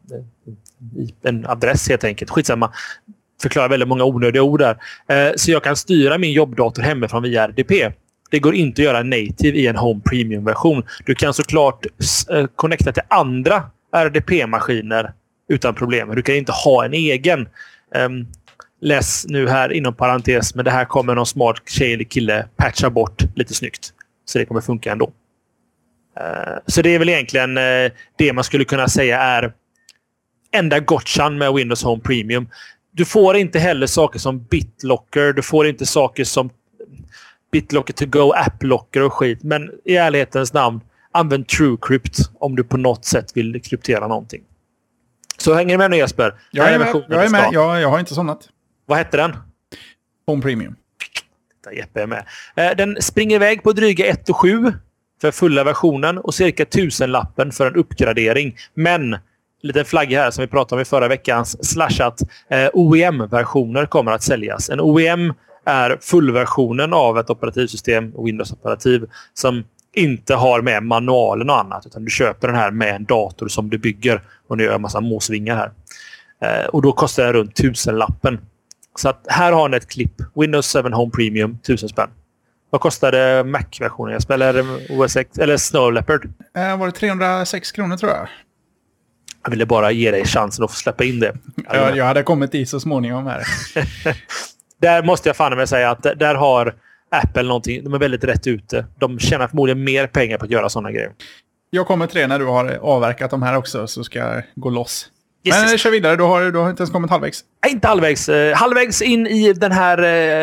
en adress helt enkelt. Skitsamma. Förklarar väldigt många onödiga ord där. Så jag kan styra min jobbdator hemifrån via RDP. Det går inte att göra native i en Home Premium-version. Du kan såklart connecta till andra RDP-maskiner utan problem. Du kan inte ha en egen. Läs nu här inom parentes, men det här kommer någon smart tjej eller kille patcha bort lite snyggt. Så det kommer funka ändå. Så det är väl egentligen det man skulle kunna säga är enda gotchan med Windows Home Premium. Du får inte heller saker som BitLocker. Du får inte saker som BitLocker to go, AppLocker och skit. Men i ärlighetens namn, använd TrueCrypt om du på något sätt vill kryptera någonting. Så hänger du med nu, Jesper?
Jag är med. Jag har inte somnat.
Vad hette den?
Home Premium.
Jeppe är med. Den springer iväg på dryga 1,7 för fulla versionen och cirka 1000-lappen för en uppgradering. Men liten flagga här som vi pratade om i förra veckans slashat. OEM-versioner kommer att säljas. En OEM är fullversionen av ett operativsystem, Windows-operativ, som inte har med manualen och annat, utan du köper den här med en dator som du bygger och nu gör en massa måsvingar här. Och då kostar det runt 1000-lappen. Så att här har ni ett klipp. Windows 7 Home Premium, 1000 spänn. Vad kostade Mac-versionen? Jag spelar OS X eller Snow Leopard.
Var det 306 kronor tror jag?
Jag ville bara ge dig chansen att få släppa in det.
Jag hade kommit i så småningom här.
Där måste jag fan med säga att där har Apple någonting. De är väldigt rätt ute. De tjänar förmodligen mer pengar på att göra sådana grejer.
Jag kommer till det när du har avverkat de här också, så ska jag gå loss.
Yes.
Men kör vidare, du har inte ens kommit halvvägs.
Nej, inte halvvägs. Halvvägs in i den här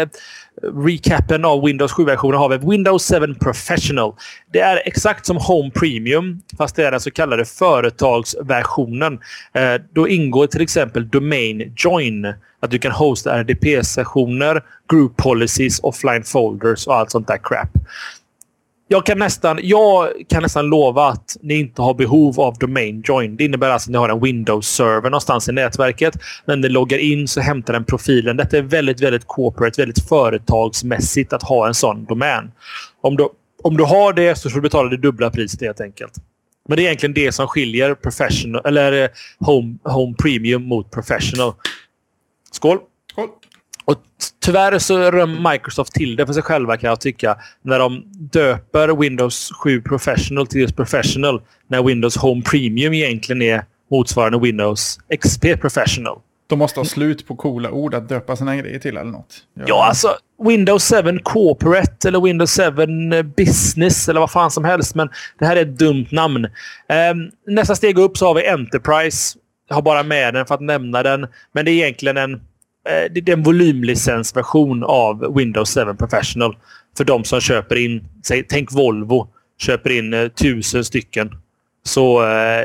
recapen av Windows 7-versionen har vi Windows 7 Professional. Det är exakt som Home Premium, fast det är den så kallade företagsversionen. Då ingår till exempel Domain Join. Att du kan hosta RDP-sessioner, group policies, offline folders och allt sånt där crap. Jag kan nästan lova att ni inte har behov av Domain Join. Det innebär alltså att ni har en Windows-server någonstans i nätverket. När ni loggar in så hämtar den profilen. Detta är väldigt, väldigt corporate, väldigt företagsmässigt att ha en sån domän. Om du har det så får du betala det dubbla priset helt enkelt. Men det är egentligen det som skiljer professional eller Home Premium mot Professional. Skål!
Skål!
Och tyvärr så rör Microsoft till det för sig själva, kan jag tycka, när de döper Windows 7 Professional till just Professional, när Windows Home Premium egentligen är motsvarande Windows XP Professional.
De måste ha slut på coola ord att döpa sina grejer till eller något.
Ja, alltså Windows 7 Corporate eller Windows 7 Business eller vad fan som helst, men det här är ett dumt namn. Nästa steg upp så har vi Enterprise. Jag har bara med den för att nämna den, men det är egentligen en volymlicensversion av Windows 7 Professional för de som köper in, tänk Volvo, köper in 1000 stycken. Så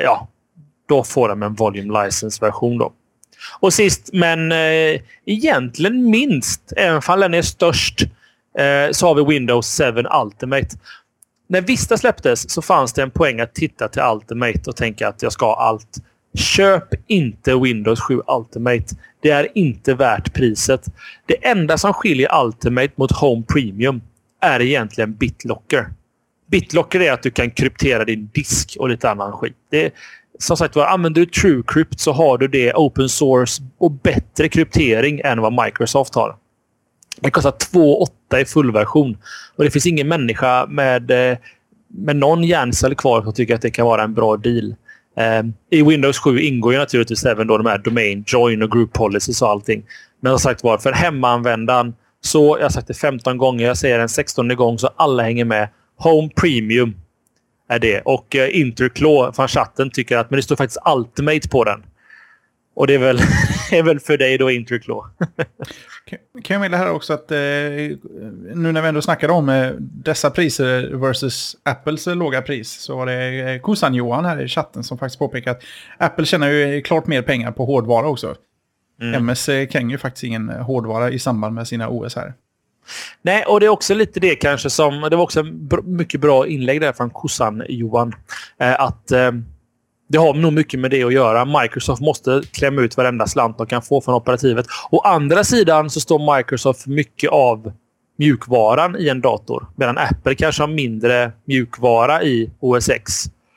då får de en volume license-version då. Och sist, men egentligen minst, även om den är störst, så har vi Windows 7 Ultimate. När Vista släpptes så fanns det en poäng att titta till Ultimate och tänka att jag ska ha allt. Köp inte Windows 7 Ultimate. Det är inte värt priset. Det enda som skiljer Ultimate mot Home Premium är egentligen BitLocker. BitLocker är att du kan kryptera din disk och lite annan skit. Som sagt, använder du TrueCrypt så har du det open source och bättre kryptering än vad Microsoft har. Det kostar 2,8 i fullversion. Och det finns ingen människa med någon hjärncell kvar som tycker att det kan vara en bra deal. I Windows 7 ingår ju naturligtvis även då de här Domain Join och Group Policies och allting. Men som sagt var, för hemmaanvändaren så, jag har sagt det 15 gånger, jag säger den 16:e gång så alla hänger med. Home Premium är det. Och Interclaw från chatten tycker att men det står faktiskt Ultimate på den. Och det är väl för dig då Interclaw.
Kan jag meddela här också att nu när vi ändå snackade om dessa priser versus Apples låga pris, så var det Kosan Johan här i chatten som faktiskt påpekar att Apple tjänar ju klart mer pengar på hårdvara också. MS kränger ju faktiskt ingen hårdvara i samband med sina OS här.
Nej, och det är också lite det kanske som, det var också en mycket bra inlägg där från Kosan Johan, att det har nog mycket med det att göra. Microsoft måste klämma ut varenda slant de kan få från operativet. Å andra sidan så står Microsoft för mycket av mjukvaran i en dator. Medan Apple kanske har mindre mjukvara i OS X.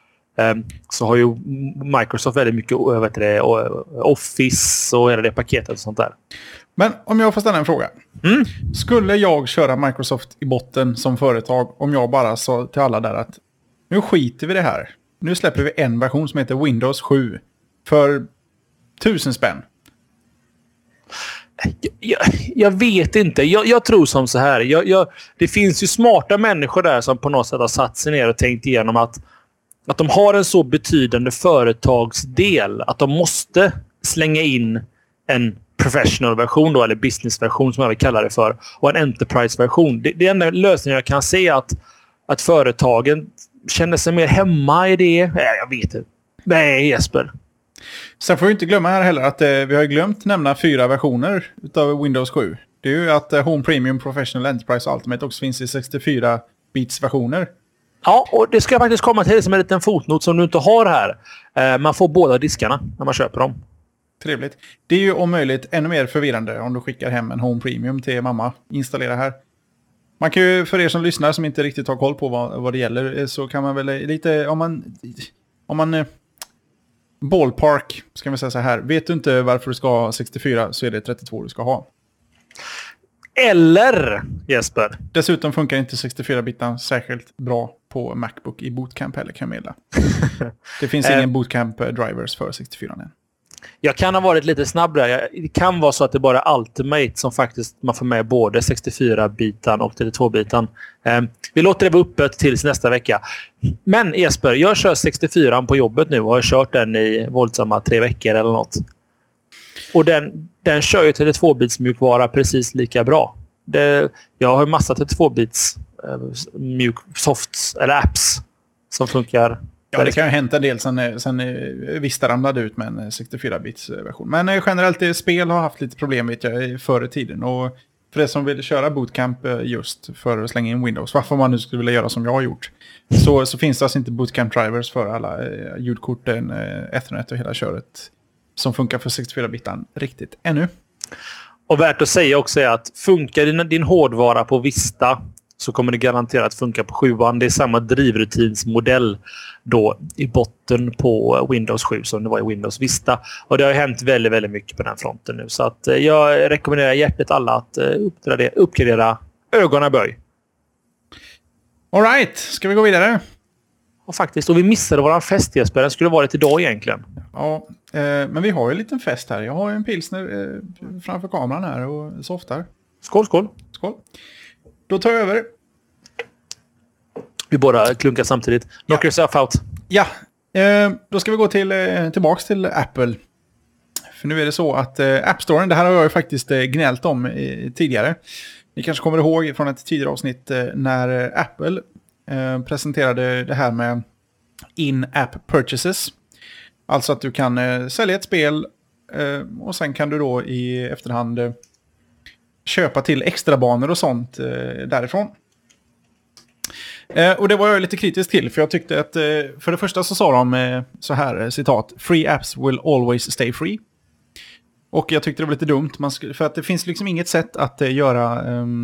Så har ju Microsoft väldigt mycket Office och hela det paketet och sånt där.
Men om jag får ställa en fråga. Skulle jag köra Microsoft i botten som företag om jag bara sa till alla där att nu skiter vi det här. Nu släpper vi en version som heter Windows 7 för 1000 spänn.
Jag vet inte. Jag tror som så här. Det finns ju smarta människor där som på något sätt har satt sig ner och tänkt igenom att de har en så betydande företagsdel att de måste slänga in en professional-version då, eller business-version som jag vill kalla det för, och en enterprise-version. Det är enda lösningen jag kan se att företagen känner sig mer hemma i det. Jag vet inte. Nej, Jesper.
Sen får vi inte glömma här heller att vi har glömt nämna 4 versioner utav Windows 7. Det är ju att Home Premium, Professional, Enterprise och Ultimate också finns i 64-bits-versioner.
Ja, och det ska jag faktiskt komma till som en liten fotnot som du inte har här. Man får båda diskarna när man köper dem.
Trevligt. Det är ju om möjligt ännu mer förvirrande om du skickar hem en Home Premium till mamma. Installera här. Man kan ju, för er som lyssnar som inte riktigt har koll på vad det gäller, så kan man väl lite, om man ballpark, ska vi säga så här. Vet du inte varför du ska ha 64 så är det 32 du ska ha.
Eller, Jesper.
Dessutom funkar inte 64-bitan särskilt bra på Macbook i Bootcamp heller, kan jag meddela. Det finns ingen Bootcamp-drivers för 64 än.
Jag kan ha varit lite snabb där. Det kan vara så att det bara är Ultimate som faktiskt man får med både 64-bitan och 32-bitan. Vi låter det vara öppet tills nästa vecka. Men Jesper, jag kör 64 på jobbet nu och har kört den i våldsamma 3 veckor eller något. Och den kör ju 32-bits mjukvara precis lika bra. Jag har ju massa 32-bits softs eller apps som funkar.
Ja, det kan ju hänt en del sen Vista ramlade ut med en 64-bits-version. Men generellt, spel har haft lite problem vet jag förr i tiden. Och för det som vill köra Bootcamp just för att slänga in Windows, varför man nu skulle vilja göra som jag har gjort, så finns det alltså inte Bootcamp-drivers för alla ljudkorten, Ethernet och hela köret som funkar för 64-bitan riktigt ännu.
Och värt att säga också är att funkar din hårdvara på Vista så kommer det garanterat funka på 7an. Det är samma drivrutinsmodell då i botten på Windows 7 som det var i Windows Vista. Och det har hänt väldigt, väldigt mycket på den fronten nu. Så att jag rekommenderar hjärtligt alla att uppgradera ögonaböj.
All right, ska vi gå vidare?
Och faktiskt, och vi missade våran fest, Jesper. Den skulle varit idag egentligen.
Ja, men vi har ju en liten fest här. Jag har ju en pilsner framför kameran här och softar.
Skål, skål.
Skål. Då tar jag över.
Vi båda klunkar samtidigt. Knock yourself out.
Ja, då ska vi gå tillbaks till Apple. För nu är det så att App Store, det här har jag ju faktiskt gnällt om tidigare. Ni kanske kommer ihåg från ett tidigare avsnitt när Apple presenterade det här med in-app purchases. Alltså att du kan sälja ett spel och sen kan du då i efterhand köpa till extra banor och sånt därifrån. Och det var jag lite kritisk till, för jag tyckte att för det första så sa de så här, citat, "Free apps will always stay free." Och jag tyckte det var lite dumt, för att det finns liksom inget sätt att göra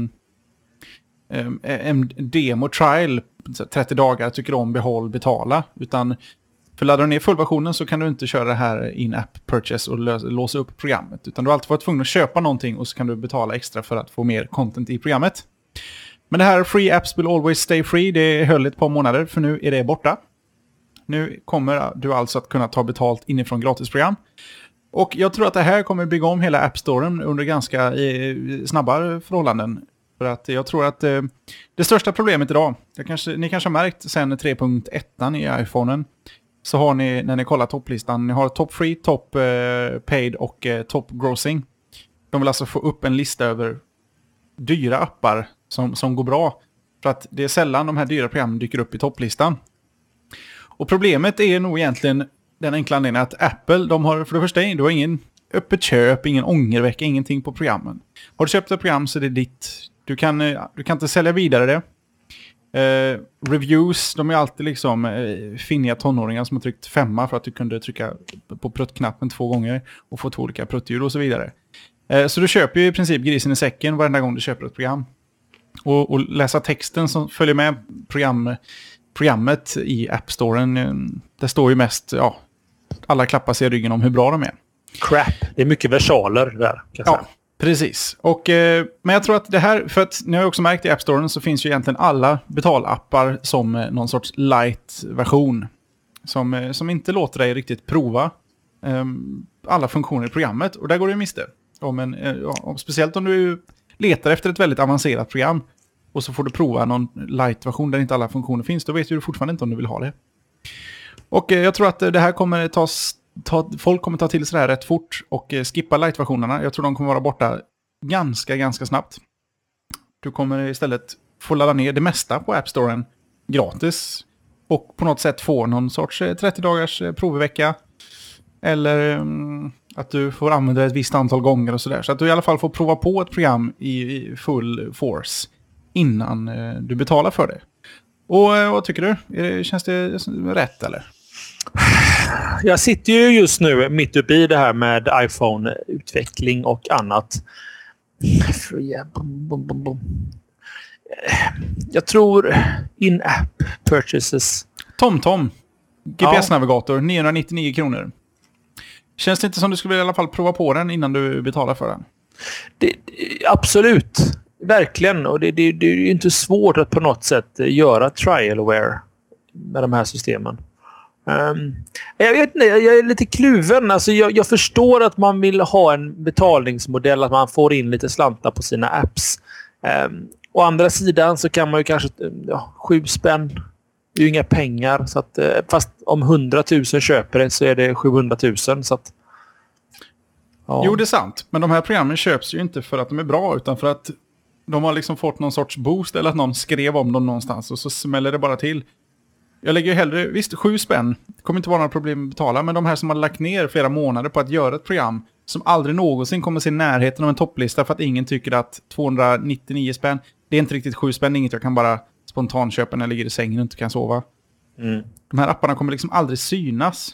en demo-trial 30 dagar, tycker om, behåll, betala. Utan för laddar du ner fullversionen så kan du inte köra det här in-app purchase och låsa upp programmet. Utan du har alltid varit tvungen att köpa någonting och så kan du betala extra för att få mer content i programmet. Men det här Free Apps Will Always Stay Free, det höll ett par månader för nu är det borta. Nu kommer du alltså att kunna ta betalt inifrån gratisprogram. Och jag tror att det här kommer bygga om hela App Storen under ganska snabba förhållanden. För att jag tror att det största problemet idag, ni kanske har märkt sen 3.1 i iPhonen, så har ni, när ni kollar topplistan, ni har top free, top paid och top grossing. De vill alltså få upp en lista över dyra appar som går bra. För att det är sällan de här dyra programmen dyker upp i topplistan. Och problemet är nog egentligen den enkla anledningen att Apple, de har för det första, du har ingen öppet köp, ingen ångervecka, ingenting på programmen. Har du köpt ett program så är det ditt. Du kan inte sälja vidare det. Reviews, de är alltid liksom finniga tonåringar som har tryckt 5 för att du kunde trycka på pruttknappen 2 gånger och få 2 olika pruttljud och så vidare. Så du köper ju i princip grisen i säcken varenda gång du köper ett program. Och läsa texten som följer med programmet i App Storen, det står ju mest, alla klappar sig i ryggen om hur bra de är.
Crap, det är mycket versaler där, kan jag säga.
Precis. Men jag tror att det här, för att ni har ju också märkt i App Storen så finns ju egentligen alla betalappar som någon sorts light-version. Som inte låter dig riktigt prova alla funktioner i programmet. Och där går du miste. Speciellt om du letar efter ett väldigt avancerat program och så får du prova någon light-version där inte alla funktioner finns. Då vet du fortfarande inte om du vill ha det. Och jag tror att det här kommer folk kommer ta till sig det här rätt fort och skippa light-versionerna. Jag tror de kommer vara borta ganska snabbt. Du kommer istället få ladda ner det mesta på App Storen gratis och på något sätt få någon sorts 30 dagars provvecka eller att du får använda ett visst antal gånger och sådär. Så att du i alla fall får prova på ett program i full force innan du betalar för det. Och vad tycker du? Känns det rätt eller?
Jag sitter ju just nu mitt uppe i det här med iPhone-utveckling och annat. Jag tror in-app purchases.
TomTom. GPS-navigator, 999 kronor. Känns det inte som du skulle vilja i alla fall prova på den innan du betalar för den?
Absolut. Verkligen. Och det är ju inte svårt att på något sätt göra trialware med de här systemen. Jag är lite kluven. Alltså jag förstår att man vill ha en betalningsmodell, att man får in lite slantar på sina apps. Å andra sidan så kan man ju kanske 7 spänn. Det är ju inga pengar. Så att, fast om 100 000 köper det så är det 700 000. Så att, ja.
Jo, det är sant. Men de här programmen köps ju inte för att de är bra utan för att de har liksom fått någon sorts boost eller att någon skrev om dem någonstans och så smäller det bara till. Jag lägger ju hellre, visst 7 spänn, det kommer inte vara några problem att betala, men de här som har lagt ner flera månader på att göra ett program som aldrig någonsin kommer se närheten av en topplista för att ingen tycker att 299 spänn, det är inte riktigt 7 spänn, inget jag kan bara spontanköpa när jag ligger i sängen och inte kan sova. De här apparna kommer liksom aldrig synas.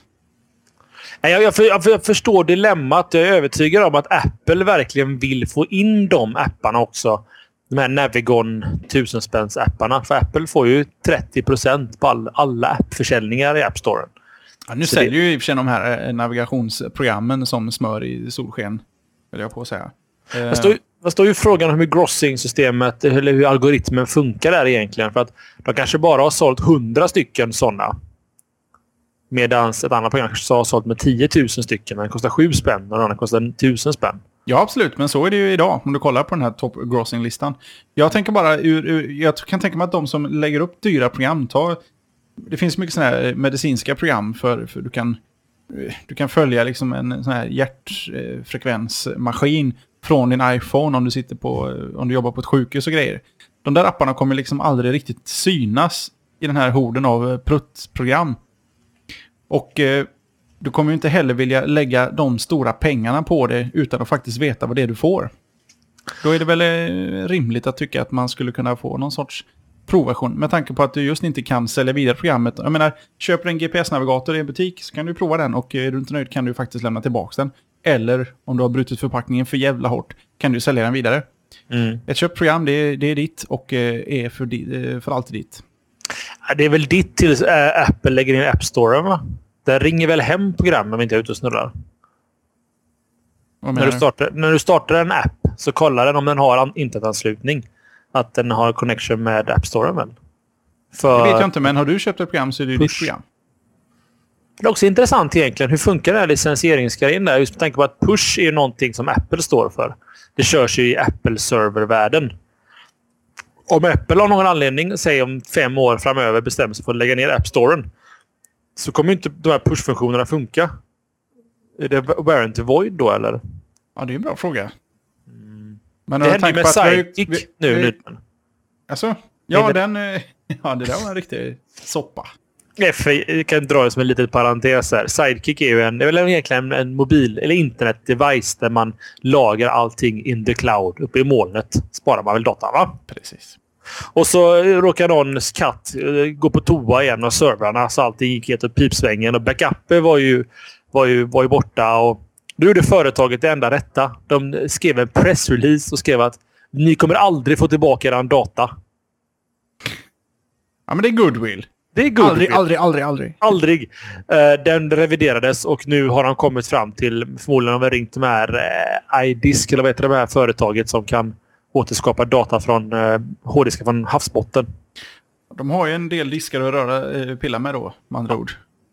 Jag förstår dilemmat. Jag är övertygad om att Apple verkligen vill få in de apparna också. De här Navigon 1000-spänns-apparna. För Apple får ju 30% på alla appförsäljningar i App Storen.
Ja, nu säljer ju i och för sig de här navigationsprogrammen som smör i solsken, vill jag på att säga.
Vad står ju frågan om hur grossing-systemet eller hur algoritmen funkar där egentligen? För att de kanske bara har sålt 100 stycken sådana. Medan ett annat program kanske har sålt med 10 000 stycken. Den kostar 7 spänn och den andra kostar 1000 spänn.
Ja, absolut. Men så är det ju idag om du kollar på den här top grossing-listan. Jag tänker bara, jag kan tänka mig att de som lägger upp dyra program det finns mycket sådana här medicinska program för du kan följa liksom en sån här hjärtfrekvensmaskin från din iPhone om du jobbar på ett sjukhus och grejer. De där apparna kommer liksom aldrig riktigt synas i den här horden av pruttprogram. Och du kommer ju inte heller vilja lägga de stora pengarna på det utan att faktiskt veta vad det är du får. Då är det väl rimligt att tycka att man skulle kunna få någon sorts provversion med tanke på att du just inte kan sälja vidare programmet. Jag menar, köper en GPS-navigator i en butik så kan du prova den och är du inte nöjd kan du faktiskt lämna tillbaka den. Eller om du har brutit förpackningen för jävla hårt kan du sälja den vidare. Ett köpt program det är ditt och är för alltid ditt.
Det är väl ditt tills Apple lägger in App Store, va? Den ringer väl hem programmen om inte är ute och snurrar. När du startar en app så kollar den om den har internetanslutning. Att den har connection med App Store väl?
Det vet jag inte, men har du köpt ett program så är det ditt program.
Det är också intressant egentligen. Hur funkar den här licensieringsgrejen där? Just med tanke på att push är någonting som Apple står för. Det körs ju i Apple-servervärlden. Om Apple av någon anledning, säg om 5 år framöver, bestämmer sig för att lägga ner App Storen så kommer inte de här push-funktionerna funka. Är det warranty void då, eller?
Ja, det är en bra fråga.
Men det händer ju med Sidekick nu.
Alltså, ja, det där var en riktig soppa.
Jag kan dra det som en liten parentes här. Sidekick är ju egentligen en mobil- eller internet-device där man lagar allting in the cloud. Uppe i molnet sparar man väl datan, va?
Precis.
Och så råkar någons katt gå på toa igen och servrarna så allting gick helt upp pipsvängen. Och backupen var ju borta. Och då gjorde företaget det enda rätta. De skrev en pressrelease och skrev att ni kommer aldrig få tillbaka er data.
Ja, men det är goodwill.
Det är goodwill.
Aldrig.
Den reviderades och nu har han kommit fram till, förmodligen har vi ringt de här iDisk eller vad heter det här företaget som kan återskapa data från hårddiskar från havsbotten.
De har ju en del diskar att pilla med då, med andra ord.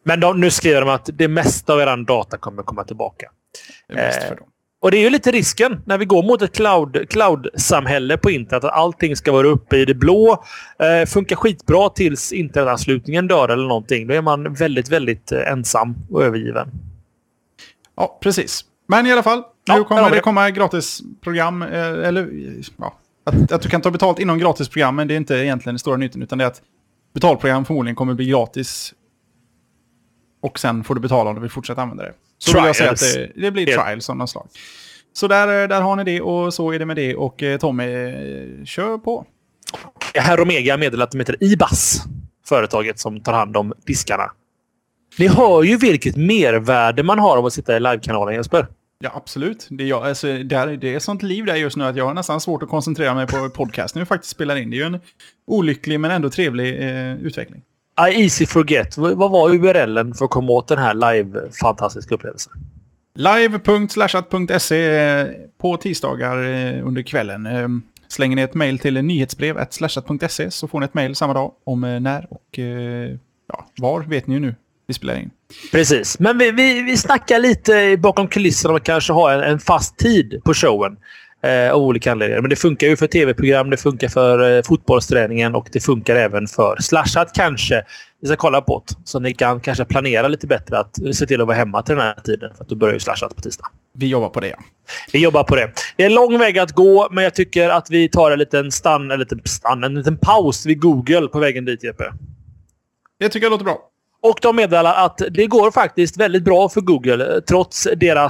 Men nu skriver de att det mesta av er data kommer komma tillbaka.
Det är bäst för dem.
Och det är ju lite risken när vi går mot ett cloud-samhälle på internet. Att allting ska vara uppe i det blå. Funkar skitbra tills internetanslutningen dör eller någonting. Då är man väldigt, väldigt ensam och övergiven.
Ja, precis. Men i alla fall, nu kommer det komma gratisprogram. Eller ja, att du kan ta betalt inom gratisprogrammen, det är inte egentligen den stora nytten. Utan det är att betalprogram förmodligen kommer bli gratis. Och sen får du betala om du vill fortsätta använda det. Så vill jag säga att det blir trials av något slag. Så där har ni det, och så är det med det. Och Tommy, kör på.
Här Omega meddelar att de heter IBAS, företaget som tar hand om diskarna. Ni hör ju vilket mervärde man har av att sitta i livekanalen, Jesper.
Ja, absolut. Det är sånt liv där just nu att jag har nästan svårt att koncentrera mig på podcasten vi faktiskt spelar in. Det är ju en olycklig men ändå trevlig utveckling.
Easy forget. Vad var URLen för att komma åt den här live-fantastiska upplevelsen?
live.slashat.se på tisdagar under kvällen. Slänger ni ett mejl till nyhetsbrev@slashat.se så får ni ett mejl samma dag om när och var vet ni ju nu vi spelar in.
Precis, men vi snackar lite bakom kulisserna och kanske ha en fast tid på showen av olika anledningar. Men det funkar ju för tv-program, det funkar för fotbollsträningen och det funkar även för Slashat kanske. Vi ska kolla på det. Så ni kan kanske planera lite bättre att se till att vara hemma till den här tiden. För att då börjar ju Slashat på tisdag.
Vi jobbar på det, ja.
Vi jobbar på det. Det är en lång väg att gå, men jag tycker att vi tar en liten paus vid Google på vägen dit, Jeppe.
Det tycker jag låter bra.
Och de meddelar att det går faktiskt väldigt bra för Google trots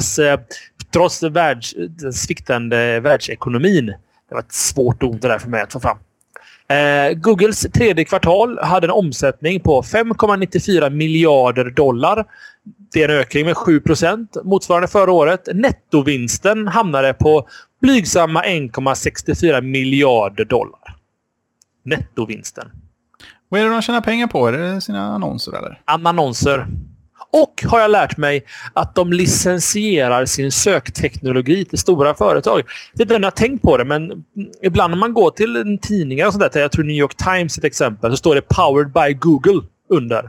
den sviktande världsekonomin. Det var ett svårt ord det där för mig att få fram. Googles tredje kvartal hade en omsättning på 5,94 miljarder dollar. Det är en ökning med 7% motsvarande förra året. Nettovinsten hamnade på blygsamma 1,64 miljarder dollar. Nettovinsten.
Vad är det de tjänar pengar på? Är det sina annonser eller?
Annonser. Och har jag lärt mig att de licensierar sin sökteknologi till stora företag. Det är den jag har tänkt på det, men ibland när man går till tidningar och sånt där, jag tror New York Times är ett exempel, så står det Powered by Google under.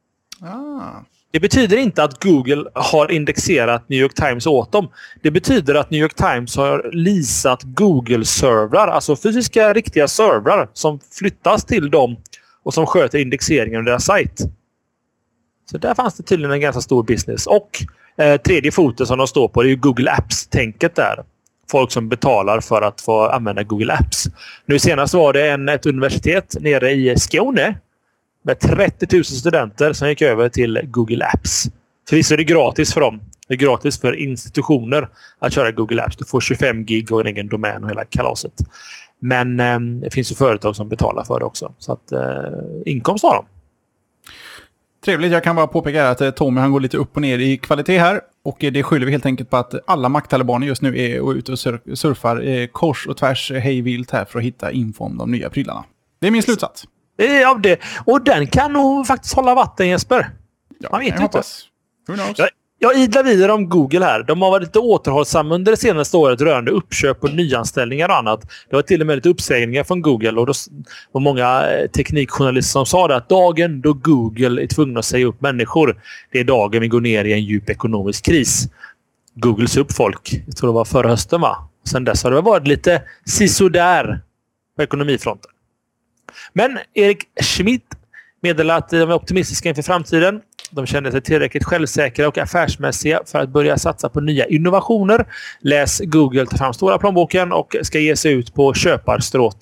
Det betyder inte att Google har indexerat New York Times åt dem. Det betyder att New York Times har leasat Google-servrar, alltså fysiska riktiga servrar som flyttas till dem och som sköter indexeringen av deras sajt. Så där fanns det tydligen en ganska stor business. Och tredje foten som de står på, det är ju Google Apps-tänket där. Folk som betalar för att få använda Google Apps. Nu senast var det ett universitet nere i Skåne med 30 000 studenter som gick över till Google Apps. Förvisso är det gratis för dem. Det är gratis för institutioner att köra Google Apps. Du får 25 gig och en egen domän och hela kalaset. Men det finns ju företag som betalar för det också. Så att inkomst har de.
Trevligt, jag kan bara påpeka att Tommy han går lite upp och ner i kvalitet här. Och det skyller vi helt enkelt på att alla makttalibaner just nu är ute och surfar kors och tvärs hejvilt här för att hitta info om de nya prylarna. Det är min slutsats.
Ja, det. Och den kan nog faktiskt hålla vatten, Jesper.
Ja,
man vet ju inte.
Who knows?
Jag idlar vidare om Google här. De har varit lite återhållsamma under det senaste året rörande uppköp och nyanställningar och annat. Det var till och med lite uppsägningar från Google. Och då var många teknikjournalister som sa det att dagen då Google är tvungna att säga upp människor, det är dagen vi går ner i en djup ekonomisk kris. Google sa upp folk. Jag tror det var förra hösten, va? Sen dess har det varit lite sisådär på ekonomifronten. Men Erik Schmidt meddelar att de är optimistiska inför framtiden. De känner sig tillräckligt självsäkra och affärsmässiga för att börja satsa på nya innovationer. Läs Google tar fram stora plånboken och ska ge sig ut på köparstråt.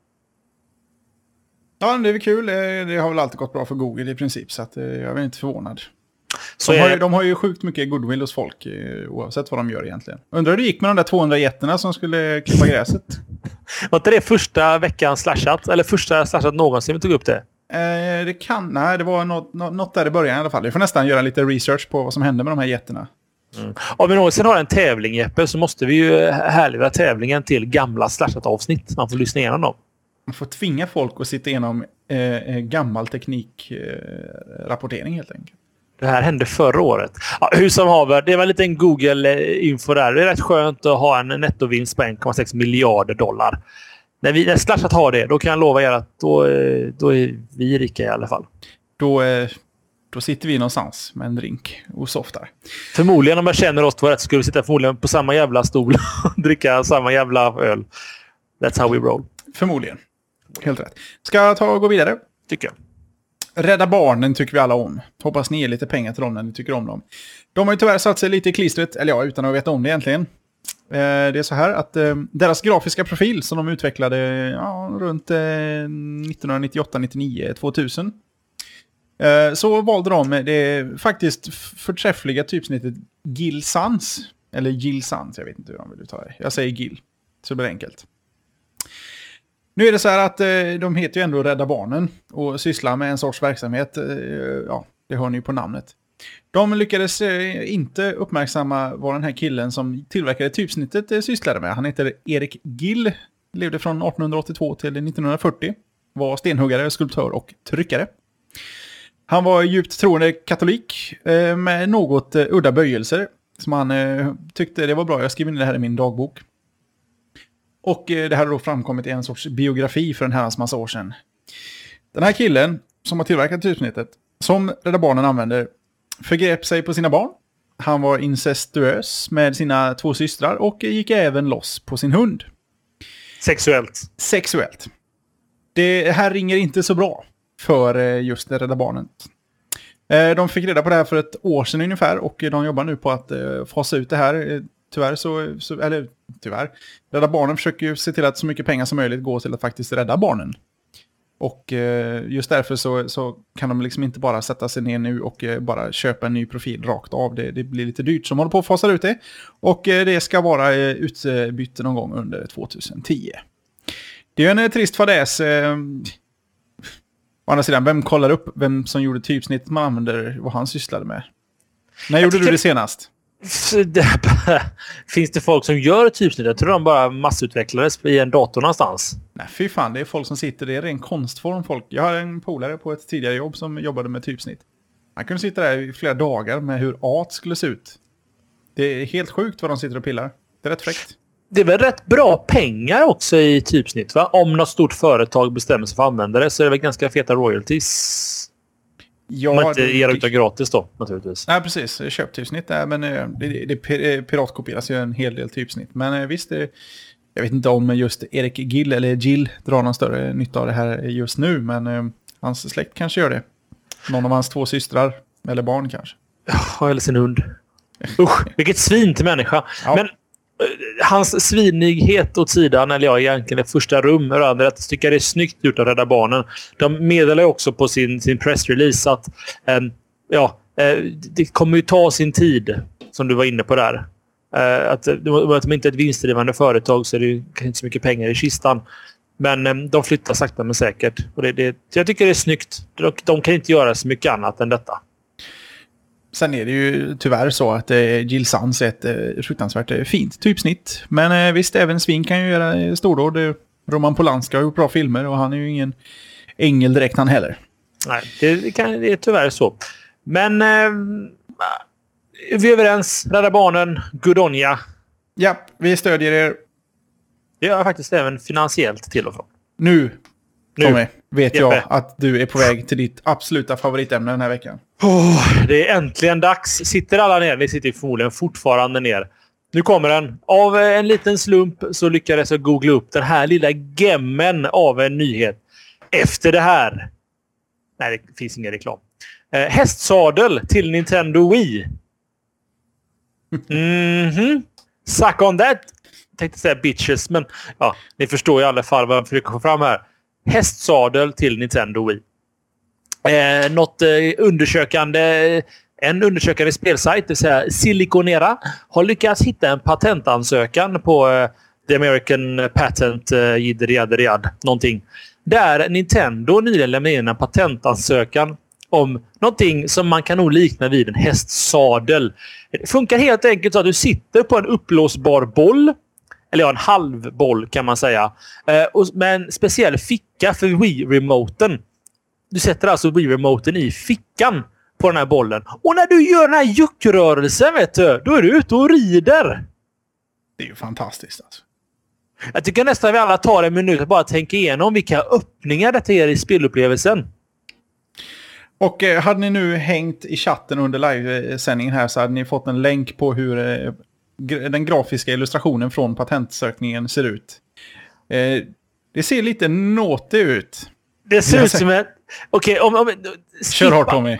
Ja, det är väl kul. Det har väl alltid gått bra för Google i princip, så att jag är inte förvånad. De har ju sjukt mycket goodwill hos folk oavsett vad de gör egentligen. Undrar hur det gick med de där 200 jätterna som skulle klippa gräset?
Var inte det första veckan Slashat? Eller första Slashat någonsin vi tog upp det?
Det var något där i början i alla fall. Vi får nästan göra lite research på vad som hände med de här jätterna.
Om vi någonsin har en tävling, Jeppe, så måste vi ju härleda tävlingen till gamla Slashat-avsnitt. Man får lyssna igenom dem.
Man får tvinga folk att sitta igenom gammal teknikrapportering helt enkelt.
Det här hände förra året. Ja, hur som haver, det var lite en Google-info där. Det är rätt skönt att ha en nettovinst på 1,6 miljarder dollar. När Slashat har det, då kan jag lova er att då är vi rika i alla fall.
Då Då sitter vi någonstans med en drink och softar.
Förmodligen om jag känner oss två rätt skulle vi sitta förmodligen på samma jävla stol och dricka samma jävla öl. That's how we roll.
Förmodligen. Helt rätt. Ska jag ta och gå vidare?
Tycker jag.
Rädda Barnen tycker vi alla om. Hoppas ni ger lite pengar till dem när ni tycker om dem. De har ju tyvärr satt sig lite i klistret, eller ja, utan att veta om det egentligen. Det är så här att deras grafiska profil som de utvecklade runt 1998, 99, 2000. Så valde de det faktiskt förträffliga typsnittet Gill Sans. Eller Gill Sans, jag vet inte hur de vill uttala det. Jag säger Gill, så det blir enkelt. Nu är det så här att de heter ju ändå Rädda Barnen och sysslar med en sorts verksamhet. Ja, det hör ni ju på namnet. De lyckades inte uppmärksamma vad den här killen som tillverkade typsnittet sysslade med. Han heter Erik Gill, levde från 1882 till 1940. Var stenhuggare, skulptör och tryckare. Han var djupt troende katolik med något udda böjelser som han tyckte det var bra. Jag skrev in det här i min dagbok. Och det här har då framkommit i en sorts biografi för en herrans massa år sedan. Den här killen som har tillverkat typsnittet, som Rädda Barnen använder, förgrep sig på sina barn. Han var incestuös med sina 2 systrar och gick även loss på sin hund. Sexuellt. Det här ringer inte så bra för just Rädda Barnen. De fick reda på det här för ett år sedan ungefär och de jobbar nu på att fasa ut det här. Tyvärr. Rädda Barnen försöker ju se till att så mycket pengar som möjligt går till att faktiskt rädda barnen. Och just därför så kan de liksom inte bara sätta sig ner nu och bara köpa en ny profil rakt av. Det blir lite dyrt som håller på att fasa ut det. Och det ska vara utbyte någon gång under 2010. Det är en trist fadäs. Å andra sidan, vem kollar upp vem som gjorde typsnitt man använder, vad han sysslade med? När gjorde du det senast?
Finns det folk som gör typsnitt? Jag tror de bara massutvecklades i en dator någonstans.
Nej, fy fan, det är folk som sitter, det är en konstform folk. Jag har en polare på ett tidigare jobb som jobbade med typsnitt. Han kunde sitta där i flera dagar med hur art skulle se ut. Det är helt sjukt vad de sitter och pillar. Det är rätt fräckt. Det
är väl rätt bra pengar också i typsnitt, va? Om något stort företag bestämmer sig för att använda det så är det väl ganska feta royalties. Ja, man inte ger ut gratis då, naturligtvis.
Nej, precis. Köptypsnitt där, men det piratkopieras ju en hel del typsnitt. Men visst, jag vet inte om just Erik Gill eller Gill drar någon större nytta av det här just nu, men hans släkt kanske gör det. Någon av hans 2 systrar, eller barn kanske.
Ja, eller sin hund. Usch, vilket svin till människa. Ja. Men hans svinighet åt sidan, eller ja, egentligen det första rum rörande att tycka det är snyggt gjort att Rädda Barnen. De meddelar också på sin pressrelease att det kommer ju ta sin tid, som du var inne på där. Att de inte är ett vinstdrivande företag så är det ju inte så mycket pengar i kistan. Men de flyttar sakta men säkert. Och jag tycker det är snyggt. De kan inte göra så mycket annat än detta.
Sen är det ju tyvärr så att Gill Sans är ett fruktansvärt fint typsnitt. Men visst, även svin kan ju göra stordåd. Roman Polanski har gjort bra filmer och han är ju ingen ängel direkt han heller. Nej,
det är tyvärr så. Men vi är överens. Rädda Barnen, Gudonia.
Ja, vi stödjer er.
Det gör faktiskt även finansiellt till och från.
Nu Tommy, vet jag att du är på väg till ditt absoluta favoritämne den här veckan.
Det är äntligen dags. Sitter alla ner? Ni sitter förmodligen fortfarande ner. Nu kommer den. Av en liten slump så lyckades jag googla upp den här lilla gemmen av en nyhet. Efter det här. Nej, det finns ingen reklam. Hästsadel till Nintendo Wii. Suck on that. Jag tänkte säga bitches, men ja, ni förstår i alla fall vad jag försöker få fram här. Hästsadel till Nintendo Wii. En undersökande spelsajt, det vill säga Siliconera, har lyckats hitta en patentansökan på The American Patent någonting. Där Nintendo nyligen lämnade in en patentansökan om någonting som man kan nog likna vid en hästsadel. Det funkar helt enkelt så att du sitter på en upplåsbar boll. Eller ja, en halv boll kan man säga. Med en speciell ficka för Wii-remoten. Du sätter alltså Wii-remoten i fickan på den här bollen. Och när du gör den här juckrörelsen, vet du, då är du ute och rider.
Det är ju fantastiskt alltså.
Jag tycker nästan vi alla tar en minut att bara tänka igenom vilka öppningar detta ger i spelupplevelsen.
Och hade ni nu hängt i chatten under livesändningen här så hade ni fått en länk på hur den grafiska illustrationen från patentsökningen ser ut. Det ser lite naughty ut.
Det ser ut som ett... Okej,
kör hårt, Tommy.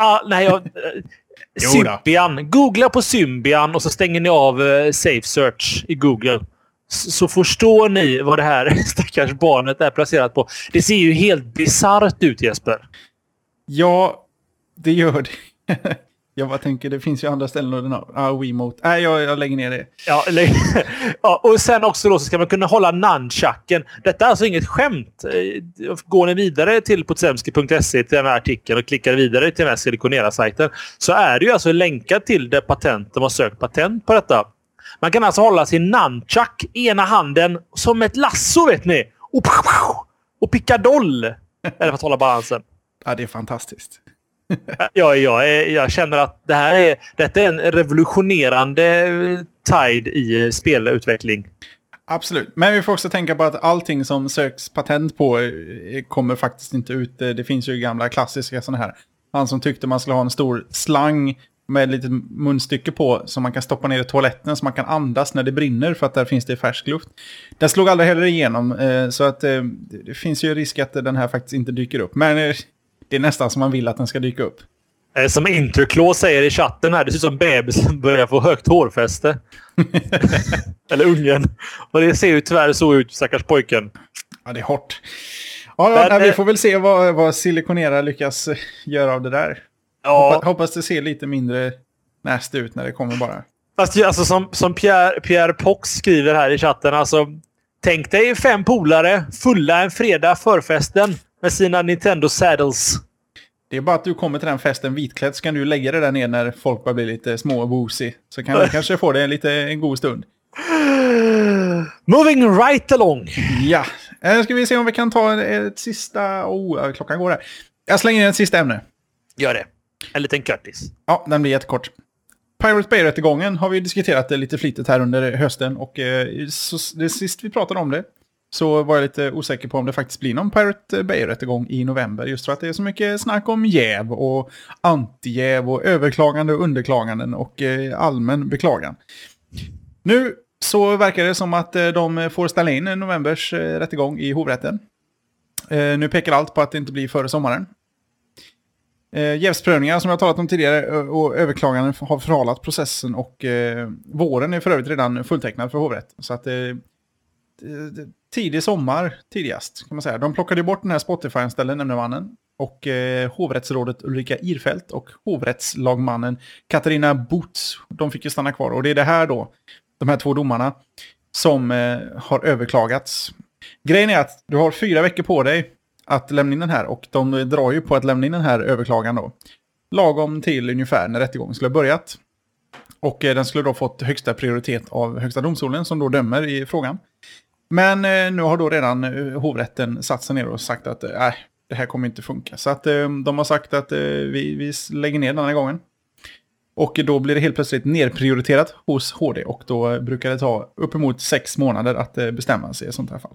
Symbian. Googla på Symbian och så stänger ni av Safe Search i Google. Så förstår ni vad det här stackars barnet är placerat på. Det ser ju helt bizarrt ut, Jesper.
Ja, det gör det. Jag bara tänker, det finns ju andra ställen. Wiimote. Nej, jag lägger ner det.
Ja, och sen också då så ska man kunna hålla nunchucken. Detta är alltså inget skämt. Går ni vidare till potsemski.se till den här artikeln och klickar vidare till den här Siliconera-sajten så är det ju alltså länkat till det patent. De har sökt patent på detta. Man kan alltså hålla sin nunchuck ena handen som ett lasso, vet ni. Och pickadoll. Eller för att hålla balansen.
Ja, det är fantastiskt.
Jag känner att detta är en revolutionerande tide i spelutveckling.
Absolut. Men vi får också tänka på att allting som söks patent på kommer faktiskt inte ut. Det finns ju gamla klassiska sådana här. Han som tyckte man skulle ha en stor slang med ett litet munstycke på som man kan stoppa ner i toaletten så man kan andas när det brinner för att där finns det färsk luft. Den slog aldrig heller igenom så att det finns ju risk att den här faktiskt inte dyker upp. Men det är nästan som man vill att den ska dyka upp.
Som Interclaw säger i chatten här, det ser ut som bebisen börjar få högt hårfäste. Eller ungen. Och det ser ju tyvärr så ut, stackars pojken.
Ja, det är hårt. Ja, vi får väl se vad Siliconera lyckas göra av det där. Ja. Hoppas det ser lite mindre näst ut när det kommer bara.
Fast alltså, som Pierre Pox skriver här i chatten, alltså tänk dig 5 polare fulla en fredag förfesten med sina Nintendo Saddles.
Det är bara att du kommer till den festen vitklädd så kan du lägga det där ner när folk bara blir lite små och boozy. Så kan du kanske få det en god stund.
Moving right along.
Ja, ska vi se om vi kan ta ett sista... klockan går här. Jag slänger in ett sista ämne.
Gör det. En liten Curtis.
Ja, den blir jättekort. Pirate Bay-rättegången har vi diskuterat lite flitigt här under hösten. Och det sist vi pratade om det så var jag lite osäker på om det faktiskt blir någon Pirate Bay-rättegång i november. Just för att det är så mycket snack om jäv och antijäv och överklagande och underklaganden och allmän beklagan. Nu så verkar det som att de får ställa in novembers rättegång i hovrätten. Nu pekar allt på att det inte blir före sommaren. Jävsprövningar som jag talat om tidigare och överklaganden har förhalat processen och våren är för övrigt redan fulltecknad för hovrätt. Så att tidig sommar tidigast kan man säga. De plockade bort den här Spotify-anställde nämndemannen och hovrättsrådet Ulrika Irfelt och hovrättslagmannen Katarina Boots. De fick ju stanna kvar och det är det här då, de här 2 domarna som har överklagats. Grejen är att du har 4 veckor på dig att lämna in den här och de drar ju på att lämna in den här överklagan då. Lagom till ungefär när rättegången skulle ha börjat. Och den skulle då fått högsta prioritet av Högsta domstolen som då dömer i frågan. Men nu har då redan hovrätten satt sig ner och sagt att det här kommer inte funka. Så att de har sagt att vi lägger ner den här gången. Och då blir det helt plötsligt nerprioriterat hos HD och då brukar det ta uppemot 6 månader att bestämma sig i sånt här fall.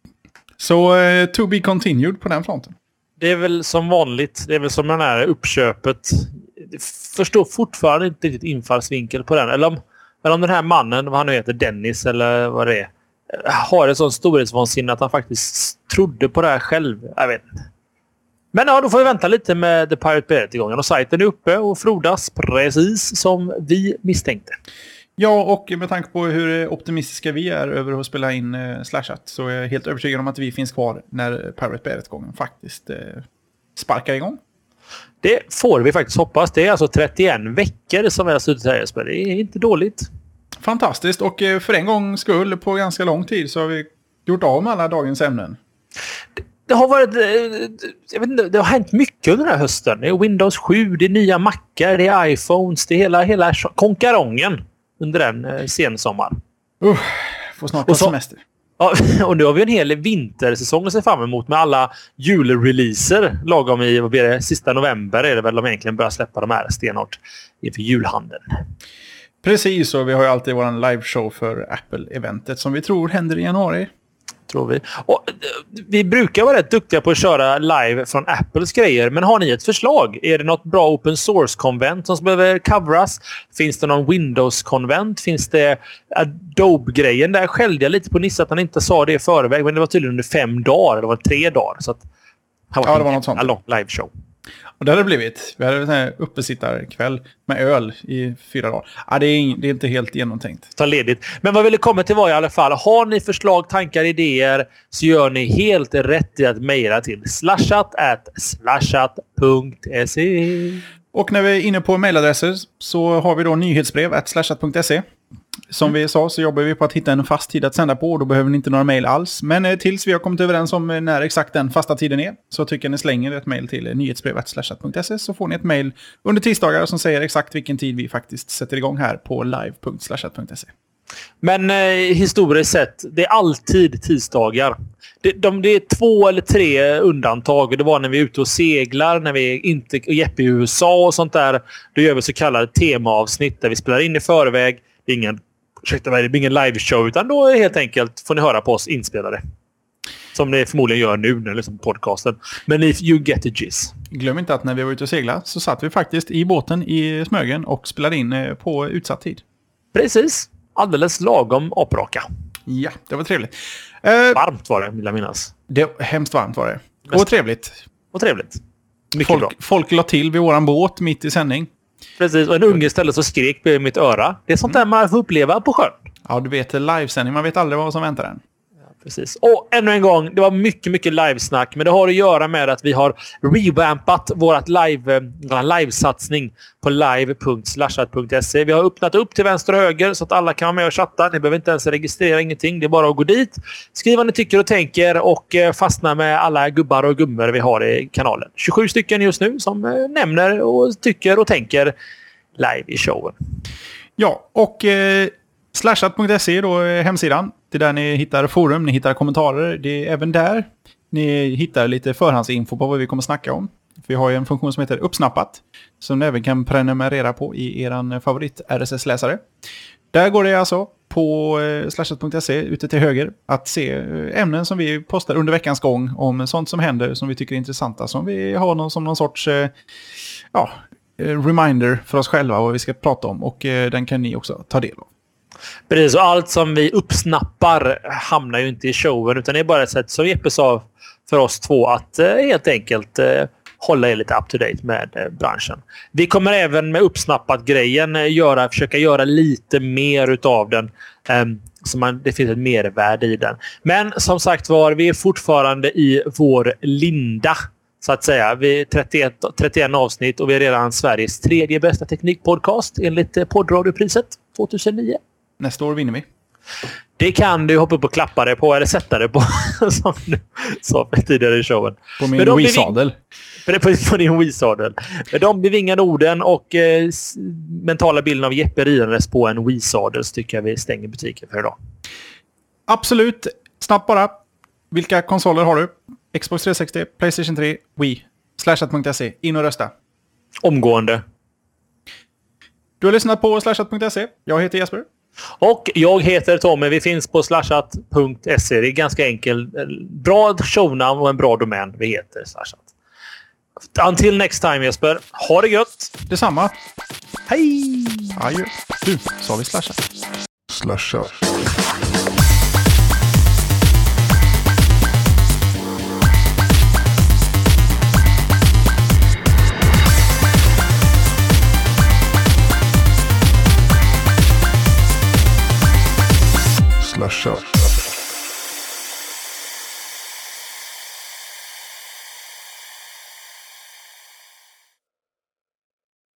Så to be continued på den fronten.
Det är väl som vanligt. Det är väl som den här uppköpet. Jag förstår fortfarande inte riktigt infallsvinkel på den. Eller om den här mannen, vad han nu heter, Dennis eller vad det är, har ett sånt storhetsvansinne att han faktiskt trodde på det här själv. Jag vet inte. Men ja, då får vi vänta lite med The Pirate Bay-rättegången. Och sajten är uppe och frodas precis som vi misstänkte.
Ja, och med tanke på hur optimistiska vi är över att spela in Slashat så är jag helt övertygad om att vi finns kvar när Pirate Bay-rättegången faktiskt sparkar igång.
Det får vi faktiskt hoppas. Det är alltså 31 veckor som vi har suttit här, Jesper. Det är inte dåligt.
Fantastiskt, och för en gång skull på ganska lång tid så har vi gjort av med alla dagens ämnen.
Det har varit, jag vet inte, det har hänt mycket under den här hösten. Det är Windows 7, det är nya Macar, det är iPhones, det är hela konkarongen under den sensommar.
Får snart på semester.
Ja, och nu har vi en hel vintersäsong att se fram emot med alla julreleaser lagom i, vad blir det, sista november är det väl de egentligen börjar släppa de här stenhårt inför julhandeln. Precis,
och vi har ju alltid våran liveshow för Apple-eventet som vi tror händer i januari.
tror vi. Och vi brukar vara rätt duktiga på att köra live från Apples grejer. Men har ni ett förslag? Är det något bra open source-konvent som behöver coveras? Finns det någon Windows-konvent? Finns det Adobe-grejen? Där skällde jag lite på Nisse att han inte sa det i förväg. Men det var tydligen under 5 dagar. Det var 3 dagar. Så att
det var något sånt.
En lång liveshow.
Och det hade det blivit. Vi hade en sån här uppesittarkväll med öl i 4 dagar. Det är inte helt genomtänkt.
Ta ledigt. Men vad vill komma till var i alla fall. Har ni förslag, tankar, idéer så gör ni helt rätt i att mejla till slashat@slashat.se.
Och när vi är inne på mejladresser så har vi då nyhetsbrev@slashat.se. Som vi sa så jobbar vi på att hitta en fast tid att sända på och då behöver ni inte några mejl alls. Men tills vi har kommit överens om när exakt den fasta tiden är så tycker jag ni slänger ett mejl till nyhetsbrev@slashat.se så får ni ett mejl under tisdagar som säger exakt vilken tid vi faktiskt sätter igång här på live.slashat.se.
Men historiskt sett, det är alltid tisdagar. Det är 2 eller 3 undantag. Det var när vi är ute och seglar, när vi inte Jeppe i USA och sånt där. Då gör vi så kallade temaavsnitt där vi spelar in i förväg. Det är ingen liveshow utan då är helt enkelt får ni höra på oss inspelade. Som ni förmodligen gör nu när liksom podcasten. Men you get the gist.
Glöm inte att när vi var ute och segla så satt vi faktiskt i båten i Smögen och spelade in på utsatt tid.
Precis. Alldeles lagom apraka.
Ja, det var trevligt.
Varmt var det, vill jag minnas.
Det hemskt varmt var det. Och trevligt.
Mycket bra.
Folk la till vid våran båt mitt i sändning.
Precis, och en unge istället så skrek på mitt öra. Det är sånt där man får uppleva på sjön.
Ja, du vet, livesändning. Man vet aldrig vad som väntar en.
Precis. Och ännu en gång, det var mycket livesnack. Men det har att göra med att vi har revampat vår livesatsning på live.slashat.se. Vi har öppnat upp till vänster och höger så att alla kan vara med och chatta. Ni behöver inte ens registrera ingenting. Det är bara att gå dit. Skriv vad ni tycker och tänker och fastna med alla gubbar och gummor vi har i kanalen. 27 stycken just nu som nämner och tycker och tänker live i showen. Ja, och
slashat.se är då hemsidan. Det är där ni hittar forum, ni hittar kommentarer. Det är även där ni hittar lite förhandsinfo på vad vi kommer snacka om. Vi har ju en funktion som heter uppsnappat som ni även kan prenumerera på i er favorit RSS-läsare. Där går det alltså på slashat.se ute till höger att se ämnen som vi postar under veckans gång om sånt som händer som vi tycker är intressanta. Som vi har som någon sorts reminder för oss själva vad vi ska prata om och den kan ni också ta del av.
Precis, och allt som vi uppsnappar hamnar ju inte i showen utan det är bara ett sätt som Jeppe sa för oss två att helt enkelt hålla er lite up to date med branschen. Vi kommer även med uppsnappat grejen försöka göra lite mer utav den så det finns ett mervärde i den. Men som sagt vi är fortfarande i vår linda så att säga. Vi är 31 avsnitt och vi är redan Sveriges 3:e bästa teknikpodcast enligt poddradiopriset 2009. Nästa år
vinner vi.
Det kan du hoppa upp och klappa dig på eller sätta dig på som du sa tidigare i showen.
På min Wii-sadel.
På din Wii-sadel. De bevingade orden och mentala bilden av Jeppe ridandes på en Wii-sadel så tycker jag vi stänger butiken för idag.
Absolut. Snabbt bara. Vilka konsoler har du? Xbox 360, PlayStation 3, Wii. Slashat.se. In och rösta.
Omgående.
Du har lyssnat på slashat.se. Jag heter Jesper.
Och jag heter Tommy. Vi finns på slashat.se. Det är ganska enkelt. Bra shownamn och en bra domän. Vi heter Slashat. Until next time Jesper. Ha det gött.
Detsamma.
Hej!
Adjö. Du, så har vi Slashat.
Slashat. Slashat.